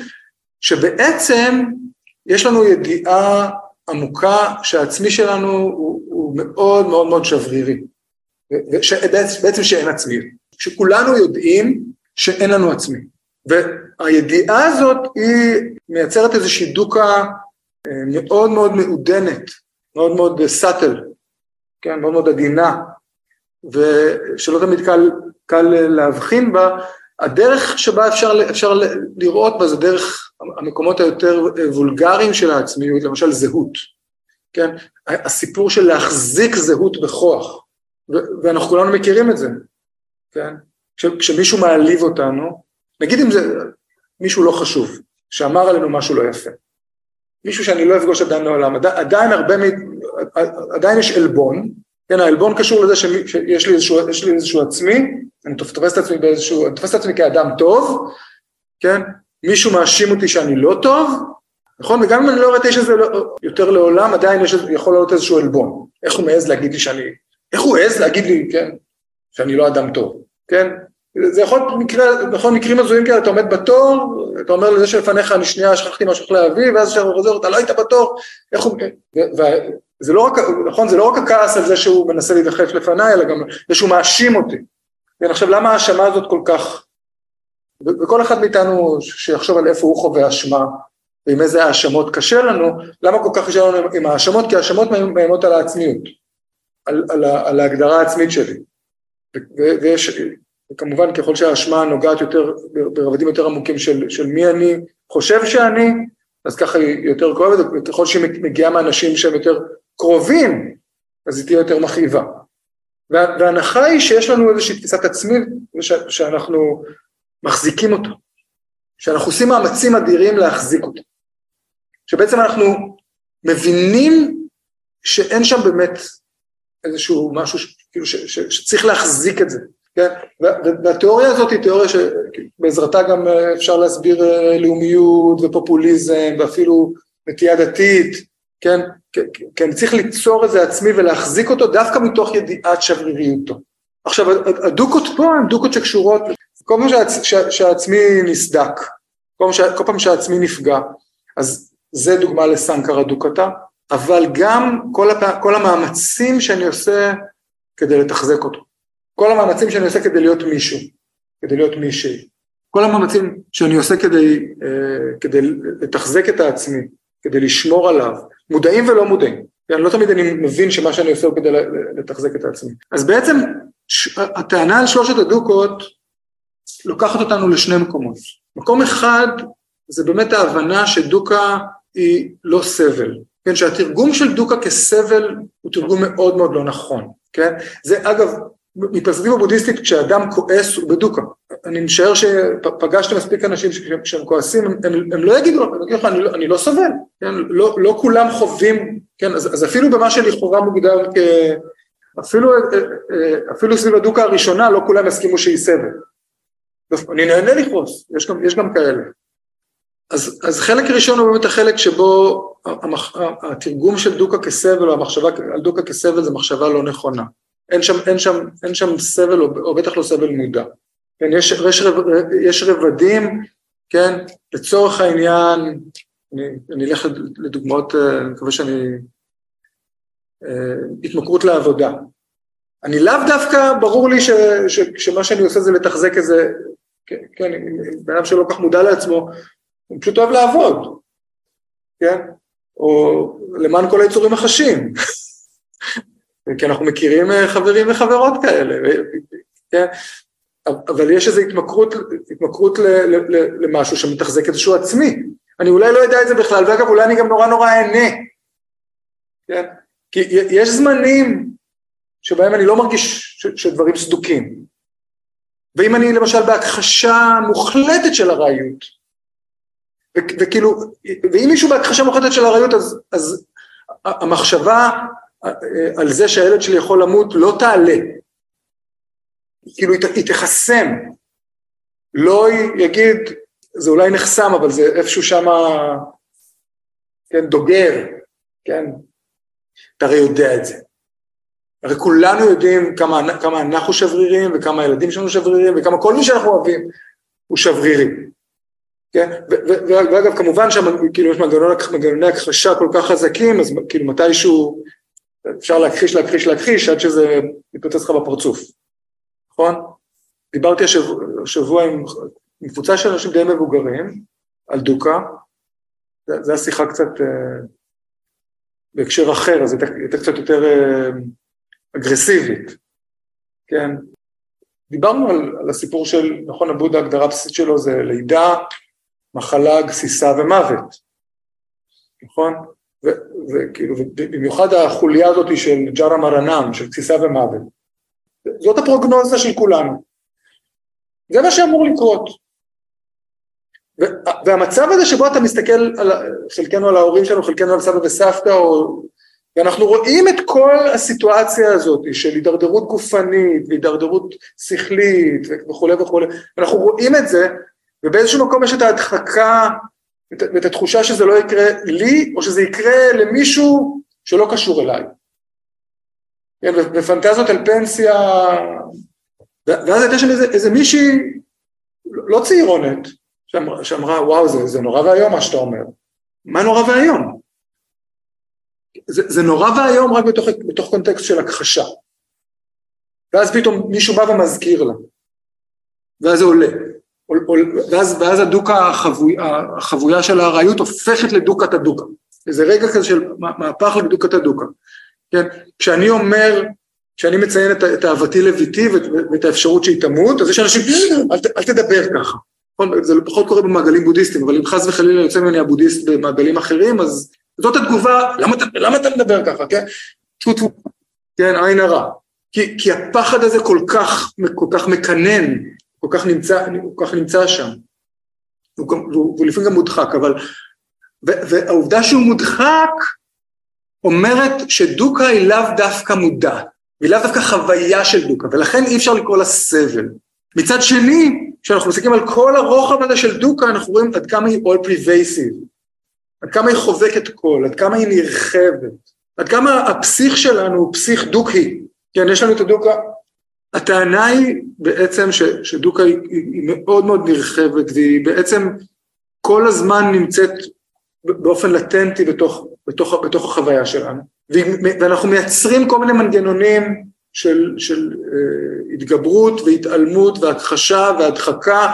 שבעצם יש לנו ידיעה עמוקה שהעצמי שלנו הוא, הוא מאוד מאוד מאוד שברירי, בעצם שאין עצמי, שכולנו יודעים שאין לנו עצמי, והידיעה הזאת היא מייצרת איזושהי דוקה מאוד מאוד מעודנת, מאוד מאוד סאטל, כן, מאוד מאוד עדינה, ושלא תמיד קל, קל להבחין בה. הדרך שבה אפשר, אפשר לראות בה זה דרך המקומות היותר וולגריים של העצמיות, למשל זהות, כן, הסיפור של להחזיק זהות בכוח, ואנחנו כולנו מכירים את זה, כן, כשמישהו מעליב אותנו, נגיד אם זה מישהו לא חשוב, שאמר עלינו משהו לא יפה, מישהו שאני לא אפגוש עדיין לעולם, עדיין הרבה, עדיין יש אלבון, כן, האלבון קשור לזה שיש לי איזשהו, יש לי איזשהו עצמי, אני תופס את עצמי באיזשהו, אני תופס את עצמי כאדם טוב, כן, מישהו מאשים אותי שאני לא טוב, נכון, וגם אם אני לא ראיתי יש איזה יותר לעולם, עדיין יש, יכול להיות איזשהו אלבון, איך הוא מעז להגיד לי שאני, איך הוא מעז להגיד לי, כן, שאני לא אדם טוב, כן, זה יכול להיות מקרה, נכון, מקרים הזויים כאלה, אתה עומד בתור, אתה אומר לזה שלפניך, אני שנייה, שכחתי משהו להביא, ואז שאתה חוזר, אתה לא היית בתור, איך הוא, וזה לא רק, נכון, זה לא רק הכעס על זה שהוא מנסה להידחף לפניי, אלא גם זה שהוא מאשים אותי. כן, עכשיו, למה האשמה הזאת כל כך, וכל אחד מאיתנו שיחשוב על איפה הוא חווה אשמה, ועם איזה האשמות קשה לנו, למה כל כך קשה לנו עם האשמות? כי האשמות מאיימות על העצמיות, על, על, על ההגדרה העצמית שלי. ויש, וכמובן ככל שהאשמה נוגעת יותר, ברבדים יותר עמוקים של, של מי אני חושב שאני, אז ככה היא יותר כואבת, וככל שהיא מגיעה מאנשים שהם יותר קרובים, אז היא תהיה יותר מכאיבה. וההנחה היא שיש לנו איזושהי תפיסת עצמית, שאנחנו מחזיקים אותו, שאנחנו עושים מאמצים אדירים להחזיק אותו, שבעצם אנחנו מבינים שאין שם באמת איזשהו משהו כאילו ש, ש, שצריך להחזיק את זה, כן? והתיאוריה הזאת היא תיאוריה שבעזרתה גם אפשר להסביר לאומיות ופופוליזם ואפילו נטייה דתית, כן? כן, צריך ליצור איזה עצמי ולהחזיק אותו דווקא מתוך ידיעת שבריריותו. עכשיו, הדוקות פה הן דוקות שקשורות, כל פעם שהעצ, שה, שהעצמי נסדק, כל פעם, שה, כל פעם שהעצמי נפגע, אז זה דוגמה לסנקרה דוקתה, אבל גם כל, הפ... כל המאמצים שאני עושה כדי לתחזק אותו. כל המאמצים שאני עושה כדי להיות מישהו, כדי להיות מישהי. כל המאמצים שאני עושה כדי, אה, כדי לתחזק את העצמי, כדי לשמור עליו, מודעים ולא מודעים. אני לא תמיד אני מבין שמה שאני עושה הוא כדי לתחזק את העצמי. אז בעצם הטענה על שלושת הדוקות לוקחת אותנו לשני מקומות. מקום אחד זה באמת ההבנה שדוקה היא לא סבל. כן, שהתרגום של דוקה כסבל הוא תרגום מאוד מאוד לא נכון. כן? זה אגב, מפרספקטיבה בודהיסטית, כשאדם כועס הוא בדוקה. אני משער שפגשתי מספיק אנשים שהם כועסים, הם, הם, הם לא יגידו, הם יגידו לך, אני לא, אני לא סובל. כן? לא, לא כולם חווים, כן? אז, אז אפילו במה שלכאורה מוגדר כ... אפילו, אפילו סביב הדוקה הראשונה, לא כולם הסכימו שהיא סבל. אני נהנה לכעוס, יש גם, יש גם כאלה. אז, אז חלק ראשון הוא באמת החלק שבו המח, התרגום של דוקה כסבל, או המחשבה על דוקה כסבל, זה מחשבה לא נכונה. אין שם, אין שם, אין שם סבל, או, או בטח לא סבל מודע. כן, יש, יש, יש רבדים, כן, לצורך העניין, אני, אני אלך לדוגמאות, אני מקווה שאני, התמכרות לעבודה. אני לאו דווקא, ברור לי ש, ש, שמה שאני עושה זה לתחזק איזה, כן, כן, בן שלא כך מודע לעצמו, הוא פשוט אוהב לעבוד, כן? או למען כל היצורים החשים, כי אנחנו מכירים חברים וחברות כאלה, כן? אבל יש איזו התמכרות, התמכרות ל, ל, ל, למשהו שמתחזק איזשהו עצמי. אני אולי לא יודע את זה בכלל, ואגב, אולי אני גם נורא נורא אענה, כן? כי יש זמנים שבהם אני לא מרגיש ש, שדברים סדוקים, ואם אני למשל בהכחשה מוחלטת של הרעיות, וכאילו, ואם מישהו בהכחשה מוחלטת של הרעיות, אז, אז המחשבה על זה שהילד שלי יכול למות לא תעלה, כאילו היא תחסם, לא יגיד, זה אולי נחסם, אבל זה איפשהו שם, כן, דוגר, כן, אתה הרי יודע את זה, הרי כולנו יודעים כמה, כמה אנחנו שברירים, וכמה הילדים שלנו שברירים, וכמה כל מי שאנחנו אוהבים הוא שברירי. כן? ואגב, כמובן שכאילו יש מנגנוני הכחשה כל כך חזקים, אז כאילו מתישהו אפשר להכחיש, להכחיש, להכחיש, עד שזה יפוצץ לך בפרצוף. נכון? דיברתי השבוע, השבוע עם, עם קבוצה של אנשים די מבוגרים, על דוקה, זה, זה השיחה קצת אה, בהקשר אחר, אז הייתה קצת יותר אה, אגרסיבית, כן? דיברנו על, על הסיפור של, נכון, הבודה, ההגדרה הבסיסית שלו זה לידה, מחלה, גסיסה ומוות, נכון? וכאילו, במיוחד החוליה הזאת של ג'רה מרנם, של גסיסה ומוות, זאת הפרוגנוזה של כולנו. זה מה שאמור לקרות. והמצב הזה שבו אתה מסתכל על, חלקנו על ההורים שלנו, חלקנו על סבא וסבתא, או, ואנחנו רואים את כל הסיטואציה הזאת של הידרדרות גופנית, והידרדרות שכלית וכו' וכו', אנחנו רואים את זה, ובאיזשהו מקום יש את ההדחקה, ואת התחושה שזה לא יקרה לי, או שזה יקרה למישהו שלא קשור אליי. ופנטזיות על פנסיה, ואז הייתה שם איזה, איזה מישהי, לא צעירונת, שאמרה, שאמרה וואו, זה, זה נורא והיום מה שאתה אומר. מה נורא והיום? זה, זה נורא והיום רק בתוך, בתוך קונטקסט של הכחשה. ואז פתאום מישהו בא ומזכיר לה. ואז זה עולה. ואז, ואז הדוקה, החבויה, החבויה של הארעיות הופכת לדוקת הדוקה. איזה רגע כזה של מהפך לדוקת הדוקה. כן? כשאני אומר, כשאני מציין את, את אהבתי לביתי ואת, ואת האפשרות שהיא תמות, אז יש אנשים, אל, אל תדבר ככה. זה פחות קורה במעגלים בודהיסטים, אבל אם חס וחלילה יוצא ממני הבודהיסט במעגלים אחרים, אז זאת התגובה, למה, למה אתה מדבר ככה, כן? כן, עין הרע. כי, כי הפחד הזה כל כך, כל כך מקנן, כל כך נמצא, כל כך נמצא שם. הוא, הוא, הוא לפעמים גם מודחק, אבל, והעובדה שהוא מודחק, אומרת שדוקה היא לאו דווקא מודע, היא לאו דווקא חוויה של דוקה, ולכן אי אפשר לקרוא לה סבל. מצד שני, כשאנחנו מסתכלים על כל הרוחב הזה של דוקה, אנחנו רואים עד כמה היא all pervasive, עד כמה היא חובקת כל, עד כמה היא נרחבת, עד כמה הפסיך שלנו הוא פסיך דוקי. כן, יש לנו את הדוקה. הטענה היא בעצם ש, שדוקה היא, היא מאוד מאוד נרחבת, והיא בעצם כל הזמן נמצאת באופן לטנטי בתוך, בתוך, בתוך החוויה שלנו. ואנחנו מייצרים כל מיני מנגנונים של, של אה, התגברות והתעלמות והכחשה והדחקה,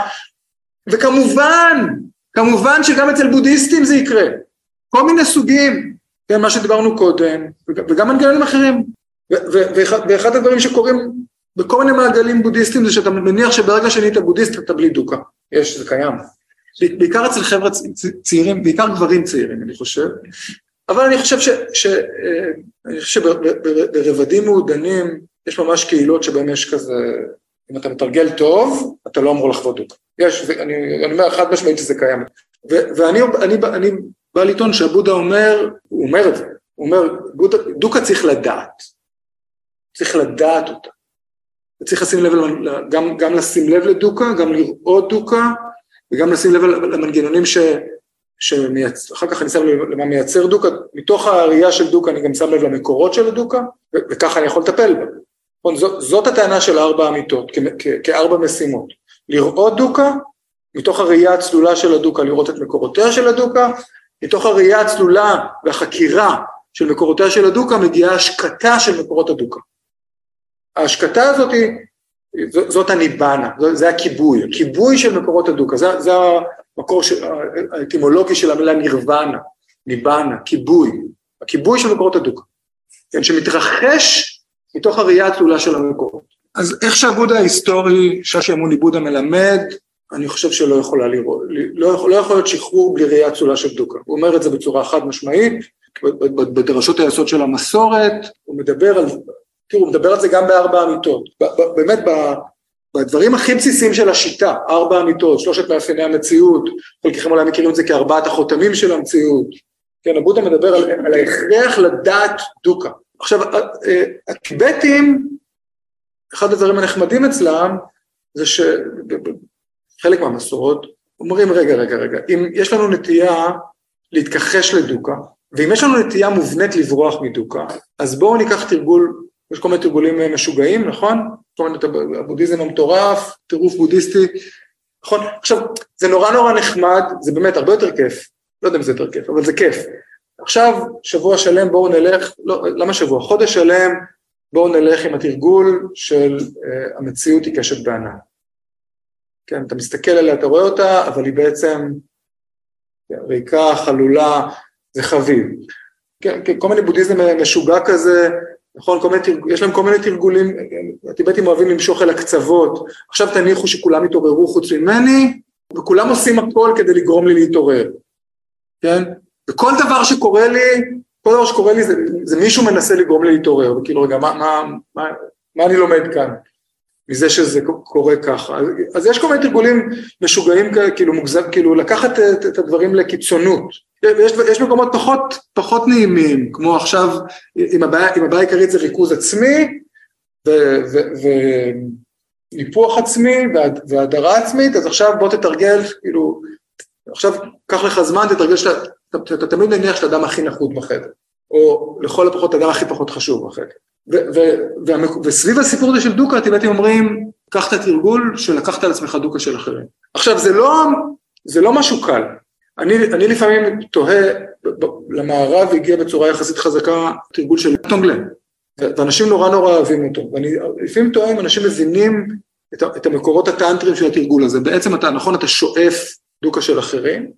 וכמובן, כמובן שגם אצל בודהיסטים זה יקרה. כל מיני סוגים, כן, מה שדיברנו קודם, וגם מנגנונים אחרים. ואחד הדברים שקורים בכל מיני מעגלים בודהיסטים זה שאתה מניח שברגע שנהיית בודהיסט אתה בלי דוקה. יש, זה קיים. בעיקר אצל חבר'ה צעירים, בעיקר גברים צעירים, אני חושב. אבל אני חושב ש, ש, אני חושב שברבדים מעודנים, יש ממש קהילות שבהם יש כזה, אם אתה מתרגל טוב, אתה לא אמור לחוות דוקה. יש, אני, אני אומר, חד משמעית שזה קיים. ו, ואני, אני, אני בא לטעון שהבודה אומר, הוא אומר את זה, הוא אומר, בודה, דוקה צריך לדעת. צריך לדעת אותה. צריך לשים לב, גם, גם לשים לב לדוקה, גם לראות דוקה, וגם לשים לב למנגנונים ש, שמייצ... אחר כך אני שם לב למה מייצר דוקה, מתוך הראייה של דוקה אני גם שם לב למקורות של הדוקה, ו- וככה אני יכול לטפל בה. זאת, זאת הטענה של ארבע אמיתות, כ- כ- כארבע משימות. לראות דוקה, מתוך הראייה הצלולה של הדוקה, לראות את מקורותיה של הדוקה, מתוך הראייה הצלולה והחקירה של מקורותיה של הדוקה, מגיעה השקטה של מקורות הדוקה. ההשקטה הזאת היא, זאת הניבנה, זה הכיבוי, הכיבוי של מקורות הדוקה, זה, זה המקור של, האטימולוגי של המילה נירוונה, ניבנה, כיבוי, הכיבוי של מקורות הדוקה, כן, שמתרחש מתוך הראייה הצלולה של המקורות. אז איך שהבודה ההיסטורי, ששי אמוני בודה מלמד, אני חושב שלא יכולה לראות, לא, לא יכול להיות שחרור בלי ראייה צלולה של דוקה, הוא אומר את זה בצורה חד משמעית, בדרשות היסוד של המסורת, הוא מדבר על, תראו, הוא מדבר על זה גם בארבע אמיתות, באמת בדברים הכי בסיסיים של השיטה, ארבע אמיתות, שלושת מאפייני המציאות, חלקכם אולי מכירים את זה כארבעת החותמים של המציאות, כן, הבודה מדבר על, על ההכרח לדעת דוקה. עכשיו, הטיבטים, אחד הדברים הנחמדים אצלם, זה שחלק מהמסורות, אומרים רגע, רגע, רגע, אם יש לנו נטייה להתכחש לדוקה, ואם יש לנו נטייה מובנית לברוח מדוקה, אז בואו ניקח תרגול יש כל מיני תרגולים משוגעים, נכון? כל מיני, הבודהיזם המטורף, טירוף בודהיסטי, נכון? עכשיו, זה נורא נורא נחמד, זה באמת הרבה יותר כיף, לא יודע אם זה יותר כיף, אבל זה כיף. עכשיו, שבוע שלם, בואו נלך, לא, למה שבוע? חודש שלם, בואו נלך עם התרגול של uh, המציאות היא קשת בענן. כן, אתה מסתכל עליה, אתה רואה אותה, אבל היא בעצם ריקה, חלולה, זה חביב. כן, כל מיני בודהיזם משוגע כזה, נכון, כל מיני, יש להם כל מיני תרגולים, הטיבטים אוהבים למשוך אל הקצוות, עכשיו תניחו שכולם יתעוררו חוץ ממני, וכולם עושים הכל כדי לגרום לי להתעורר. כן? וכל דבר שקורה לי, כל דבר שקורה לי זה, זה מישהו מנסה לגרום לי להתעורר, וכאילו רגע, מה, מה, מה, מה אני לומד כאן? מזה שזה קורה ככה. אז, אז יש כל מיני תרגולים משוגעים, כאילו מוגזם, כאילו לקחת את, את הדברים לקיצונות. יש, יש מקומות פחות, פחות נעימים, כמו עכשיו, אם הבעיה, אם הבעיה העיקרית זה ריכוז עצמי, וניפוח עצמי, והדרה עצמית, אז עכשיו בוא תתרגל, כאילו, עכשיו קח לך זמן, תתרגל שאתה, אתה, אתה תמיד נניח שאתה אדם הכי נחות בחדר, או לכל הפחות אדם הכי פחות חשוב בחדר. ו, ו, וסביב הסיפור הזה של דוקה, הטיבטים אומרים, קח את התרגול שלקחת על עצמך דוקה של אחרים. עכשיו, זה לא, זה לא משהו קל. אני, אני לפעמים תוהה, למערב הגיע בצורה יחסית חזקה, תרגול של טונגלה, ואנשים נורא נורא אוהבים אותו, ואני לפעמים תוהה אם אנשים מבינים את, את המקורות הטנטריים של התרגול הזה, בעצם אתה, נכון, אתה שואף דוקה של אחרים,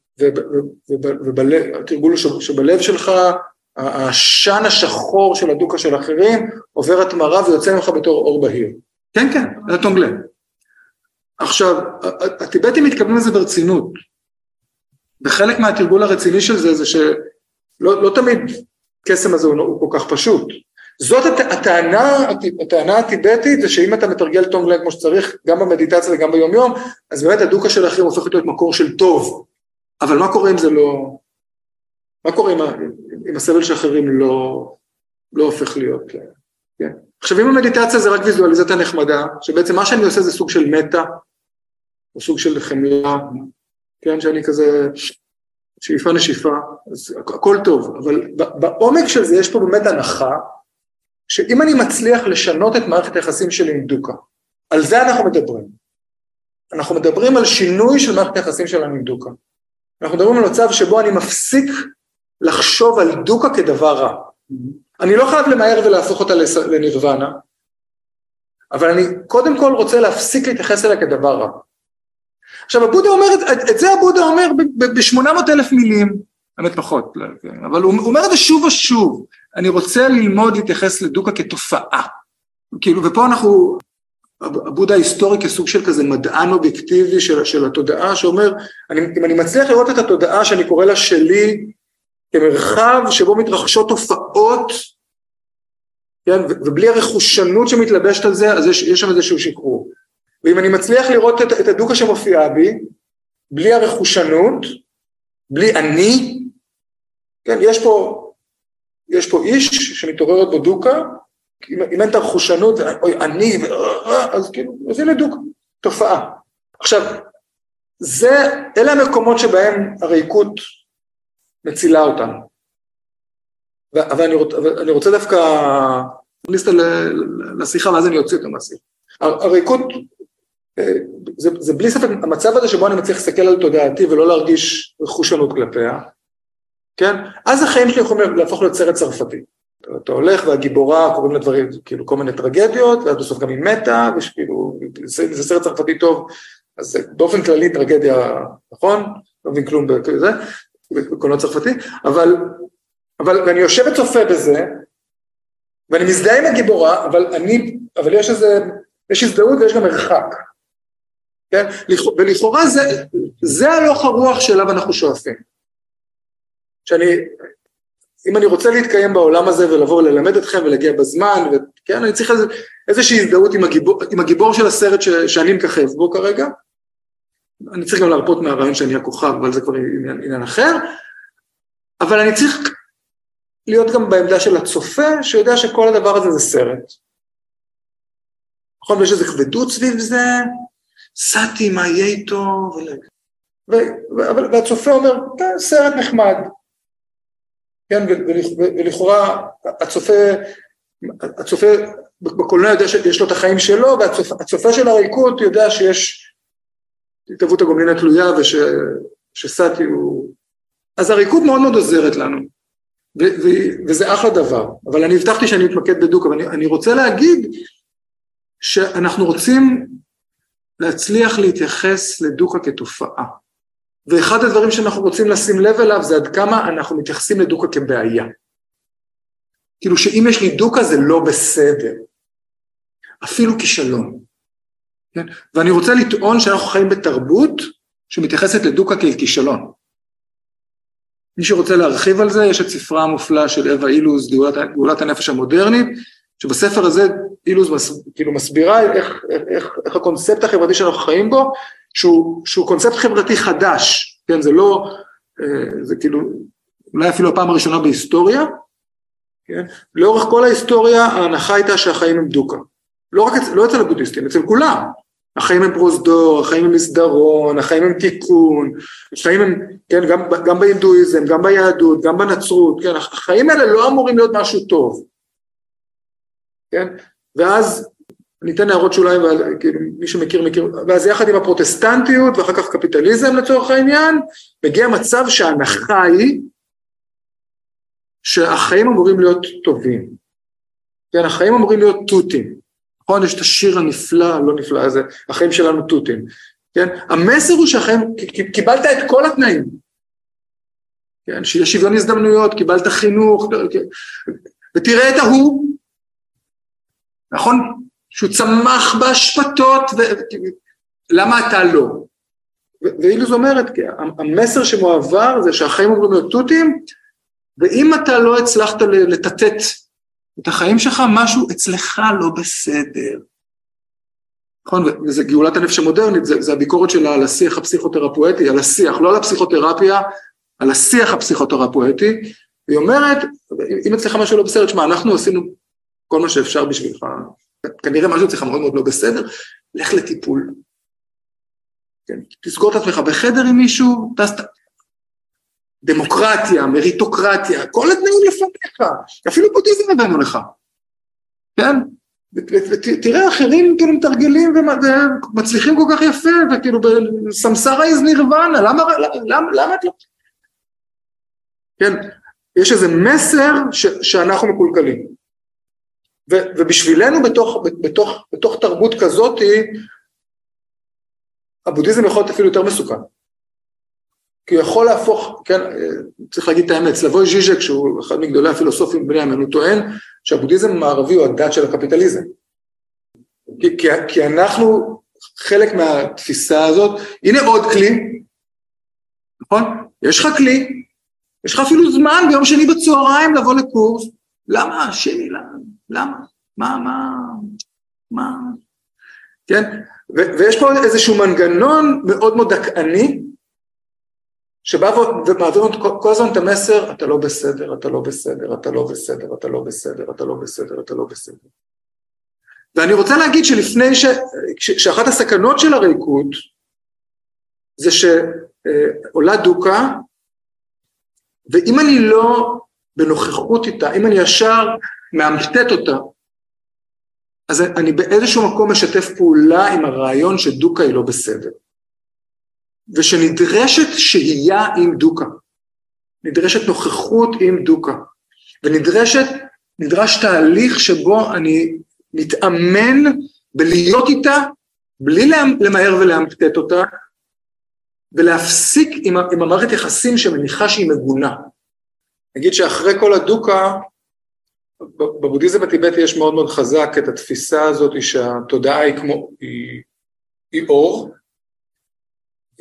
והתרגול שבלב שלך, השן השחור של הדוקה של אחרים, עובר התמרה ויוצא ממך בתור אור בהיר. כן, כן, זה טונגלה. עכשיו, הטיבטים מתכוונים לזה ברצינות, וחלק מהתרגול הרציני של זה, זה שלא לא תמיד קסם הזה הוא, הוא כל כך פשוט. זאת הטענה, הטענה הטיבטית, זה שאם אתה מתרגל טונגלה כמו שצריך, גם במדיטציה וגם ביום יום, אז באמת הדוקה של האחרים הופכת להיות מקור של טוב. אבל מה קורה אם זה לא... מה קורה אם, אם הסבל של האחרים לא, לא הופך להיות... כן. עכשיו, אם המדיטציה זה רק ויזואליזציה נחמדה, שבעצם מה שאני עושה זה סוג של מטה, או סוג של חמלה, כן, שאני כזה שאיפה נשיפה, אז הכל טוב, אבל בעומק של זה יש פה באמת הנחה, שאם אני מצליח לשנות את מערכת היחסים שלי עם דוקה, על זה אנחנו מדברים. אנחנו מדברים על שינוי של מערכת היחסים שלנו עם דוקה. אנחנו מדברים על מצב שבו אני מפסיק לחשוב על דוקה כדבר רע. אני לא חייב למהר ולהפוך אותה לנירוונה, אבל אני קודם כל רוצה להפסיק להתייחס אליה כדבר רע. עכשיו, הבודה אומר, את זה הבודה אומר ב-שמונה מאות אלף מילים, האמת פחות, אבל הוא אומר את זה שוב ושוב, אני רוצה ללמוד להתייחס לדוקה כתופעה, כאילו, ופה אנחנו, הבודה ההיסטורי כסוג של כזה מדען אובייקטיבי של, של התודעה, שאומר, אני, אם אני מצליח לראות את התודעה שאני קורא לה שלי, כמרחב שבו מתרחשות תופעות, כן, ובלי הרכושנות שמתלבשת על זה, אז יש, יש שם איזשהו שחרור. ואם אני מצליח לראות את, את הדוקה שמופיעה בי, בלי הרכושנות, בלי אני, כן, יש פה, יש פה איש שמתעוררת בו דוקה, אם, אם אין את הרכושנות, אוי, אני, אז כאילו, אז הנה דוקה, תופעה. עכשיו, זה, אלה המקומות שבהם הריקות מצילה אותנו. אבל אני, רוצ, אני רוצה דווקא, נכניס לשיחה, ואז אני אוציא אותה מהשיחה. הריקות, זה, זה בלי ספק, המצב הזה שבו אני מצליח להסתכל על תודעתי ולא להרגיש חושנות כלפיה, כן? אז החיים שלי יכולים להפוך להיות סרט צרפתי. אתה הולך והגיבורה קוראים לדברים, כאילו כל מיני טרגדיות, ואז בסוף גם היא מתה, וכאילו, זה, זה סרט צרפתי טוב, אז באופן כללי טרגדיה, נכון? לא מבין כלום בזה, בקולנוע צרפתי, אבל, אבל, ואני יושב וצופה בזה, ואני מזדהה עם הגיבורה, אבל אני, אבל יש איזה, יש הזדהות ויש גם מרחק. כן? ולכאורה זה, זה הלוך הרוח שאליו אנחנו שואפים. שאני, אם אני רוצה להתקיים בעולם הזה ולבוא וללמד אתכם ולהגיע בזמן, וכן, אני צריך איזו, איזושהי הזדהות עם הגיבור, עם הגיבור של הסרט ש, שאני מככב בו כרגע. אני צריך גם להרפות מהרעיון שאני הכוכב, אבל זה כבר עניין, עניין אחר. אבל אני צריך להיות גם בעמדה של הצופה, שיודע שכל הדבר הזה זה סרט. נכון, ויש איזו כבדות סביב זה, סעתי מה יהיה איתו, והצופה אומר, סרט נחמד, כן, ולכאורה הצופה הצופה בקולנוע יודע שיש לו את החיים שלו, והצופה של הריקות יודע שיש התהוות הגומלין התלויה, ושסאטי הוא... אז הריקות מאוד מאוד עוזרת לנו, ו- ו- וזה אחלה דבר, אבל אני הבטחתי שאני אתמקד בדוקה, ואני אני רוצה להגיד שאנחנו רוצים להצליח להתייחס לדוקה כתופעה, ואחד הדברים שאנחנו רוצים לשים לב אליו, זה עד כמה אנחנו מתייחסים לדוקה כבעיה. כאילו שאם יש לי דוקה זה לא בסדר, אפילו כישלון. כן? ואני רוצה לטעון שאנחנו חיים בתרבות שמתייחסת לדוקה כאל כישלון. מי שרוצה להרחיב על זה, יש את ספרה המופלא של אווה אילוז, גאולת, גאולת הנפש המודרנית, שבספר הזה אילוז מס, כאילו מסבירה איך, איך, איך הקונספט החברתי שאנחנו חיים בו, שהוא, שהוא קונספט חברתי חדש, כן? זה לא, זה כאילו, אולי אפילו הפעם הראשונה בהיסטוריה, כן? לאורך כל ההיסטוריה ההנחה הייתה שהחיים הם דוקה, לא רק לא אצל הבודהיסטים, אצל כולם, החיים הם פרוזדור, החיים הם מסדרון, החיים הם תיקון, החיים הם, כן, גם, גם בהינדואיזם, גם ביהדות, גם בנצרות, כן, החיים האלה לא אמורים להיות משהו טוב, כן, ואז ניתן הערות שוליים, כאילו, מי שמכיר מכיר, ואז יחד עם הפרוטסטנטיות ואחר כך קפיטליזם לצורך העניין, מגיע מצב שההנחה היא, שהחיים אמורים להיות טובים, כן, החיים אמורים להיות תותים, נכון, יש את השיר הנפלא, לא נפלא הזה, החיים שלנו תותים, כן, המסר הוא שהחיים, קיבלת את כל התנאים, כן, שיש שוויון הזדמנויות, קיבלת חינוך, ותראה את ההוא, נכון, שהוא צמח בהשפטות, ו... למה אתה לא? ואילוז אומרת, המסר שמועבר זה שהחיים אמורים להיות תותים, ואם אתה לא הצלחת לטטט את החיים שלך, משהו אצלך לא בסדר. נכון, וזה גאולת הנפש המודרנית, זה, זה הביקורת שלה על השיח הפסיכותרפואטי, על השיח, לא על הפסיכותרפיה, על השיח הפסיכותרפואטי, והיא אומרת, אם אצלך משהו לא בסדר, שמה, אנחנו עשינו כל מה שאפשר בשבילך, כנראה משהו אצלך מאוד מאוד לא בסדר, לך לטיפול. כן, תסגור את עצמך בחדר עם מישהו, תסת... דמוקרטיה, מריטוקרטיה, כל התנאים לפניך, אפילו בודהיזם הבאנו לך, כן? ותראה אחרים כאילו מתרגלים ומצליחים כל כך יפה, וכאילו בסמסרה איז נירוונה, למה, למה, למה את לא? כן, יש איזה מסר ש, שאנחנו מקולקלים, ו, ובשבילנו בתוך, בתוך, בתוך תרבות כזאת, הבודהיזם יכול להיות אפילו יותר מסוכן. כי הוא יכול להפוך, כן, צריך להגיד את האמת, סלבוי ז'יז'ק, שהוא אחד מגדולי הפילוסופים בני ימינו, הוא טוען שהבודהיזם המערבי הוא הדת של הקפיטליזם. כי, כי, כי אנחנו חלק מהתפיסה הזאת, הנה עוד כלי, נכון? יש לך כלי, יש לך אפילו זמן ביום שני בצהריים לבוא לקורס, למה? שני, למה? למה? מה, מה, מה? כן? ו- ויש פה איזשהו מנגנון מאוד מאוד דקעני, שבא ומעביר כל הזמן את המסר, אתה לא בסדר, אתה לא בסדר, אתה לא בסדר, אתה לא בסדר, אתה לא בסדר, אתה לא בסדר. ואני רוצה להגיד שלפני ש... שאחת הסכנות של הריקות, זה שעולה דוקה, ואם אני לא בנוכחות איתה, אם אני ישר מאמתת אותה, אז אני באיזשהו מקום משתף פעולה עם הרעיון שדוקה היא לא בסדר. ושנדרשת שהייה עם דוקה, נדרשת נוכחות עם דוקה, ונדרשת, נדרש תהליך שבו אני מתאמן בלהיות איתה, בלי למהר ולהמתת אותה, ולהפסיק עם, עם המערכת יחסים שמניחה שהיא מגונה. נגיד שאחרי כל הדוקה, בבודהיזם הטיבטי יש מאוד מאוד חזק את התפיסה הזאת שהתודעה היא כמו, היא, היא אור, ו...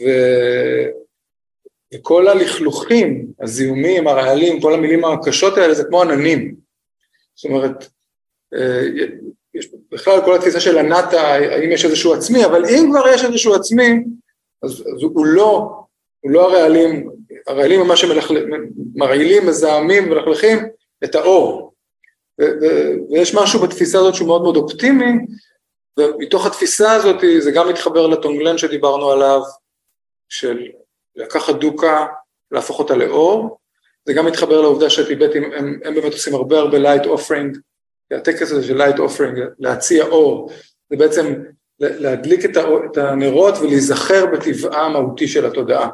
וכל הלכלוכים, הזיהומים, הרעלים, כל המילים הקשות האלה, זה כמו עננים. זאת אומרת, יש בכלל כל התפיסה של הנאטה, האם יש איזשהו עצמי, אבל אם כבר יש איזשהו עצמי, אז, אז הוא לא, הוא לא הרעלים, הרעלים הם מה שמרעילים, מזהמים ולכלכים את האור. ו... ו... ויש משהו בתפיסה הזאת שהוא מאוד מאוד אופטימי, ומתוך התפיסה הזאת זה גם מתחבר לטונגלן שדיברנו עליו, של לקחת דוקה, להפוך אותה לאור, זה גם מתחבר לעובדה שהטיבטים, הם, הם באמת עושים הרבה הרבה light offering, הטקס הזה של light offering, להציע אור, זה בעצם להדליק את הנרות ולהיזכר בטבעה המהותי של התודעה.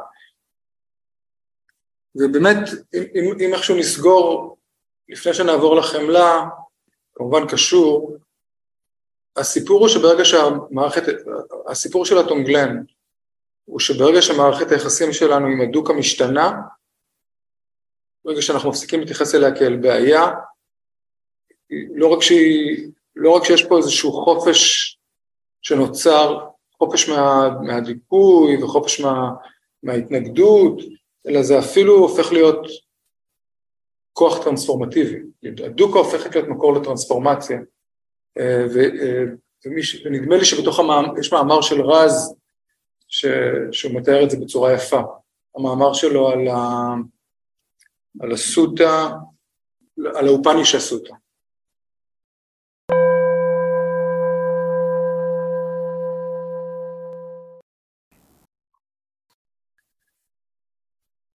ובאמת, אם, אם איכשהו נסגור, לפני שנעבור לחמלה, כמובן קשור, הסיפור הוא שברגע שהמערכת, הסיפור של הטונגלן, הוא שברגע שמערכת היחסים שלנו עם הדוק המשתנה, ברגע שאנחנו מפסיקים להתייחס אליה כאל בעיה, לא רק, שהיא, לא רק שיש פה איזשהו חופש שנוצר, חופש מה, מהדיכוי וחופש מה, מההתנגדות, אלא זה אפילו הופך להיות כוח טרנספורמטיבי. הדוקה הופכת להיות מקור לטרנספורמציה. ו, ומיש, ונדמה לי שבתוך המאמר, יש מאמר של רז, ש, שהוא מתאר את זה בצורה יפה. המאמר שלו על, ה, על הסוטה, על האופנישה סוטה.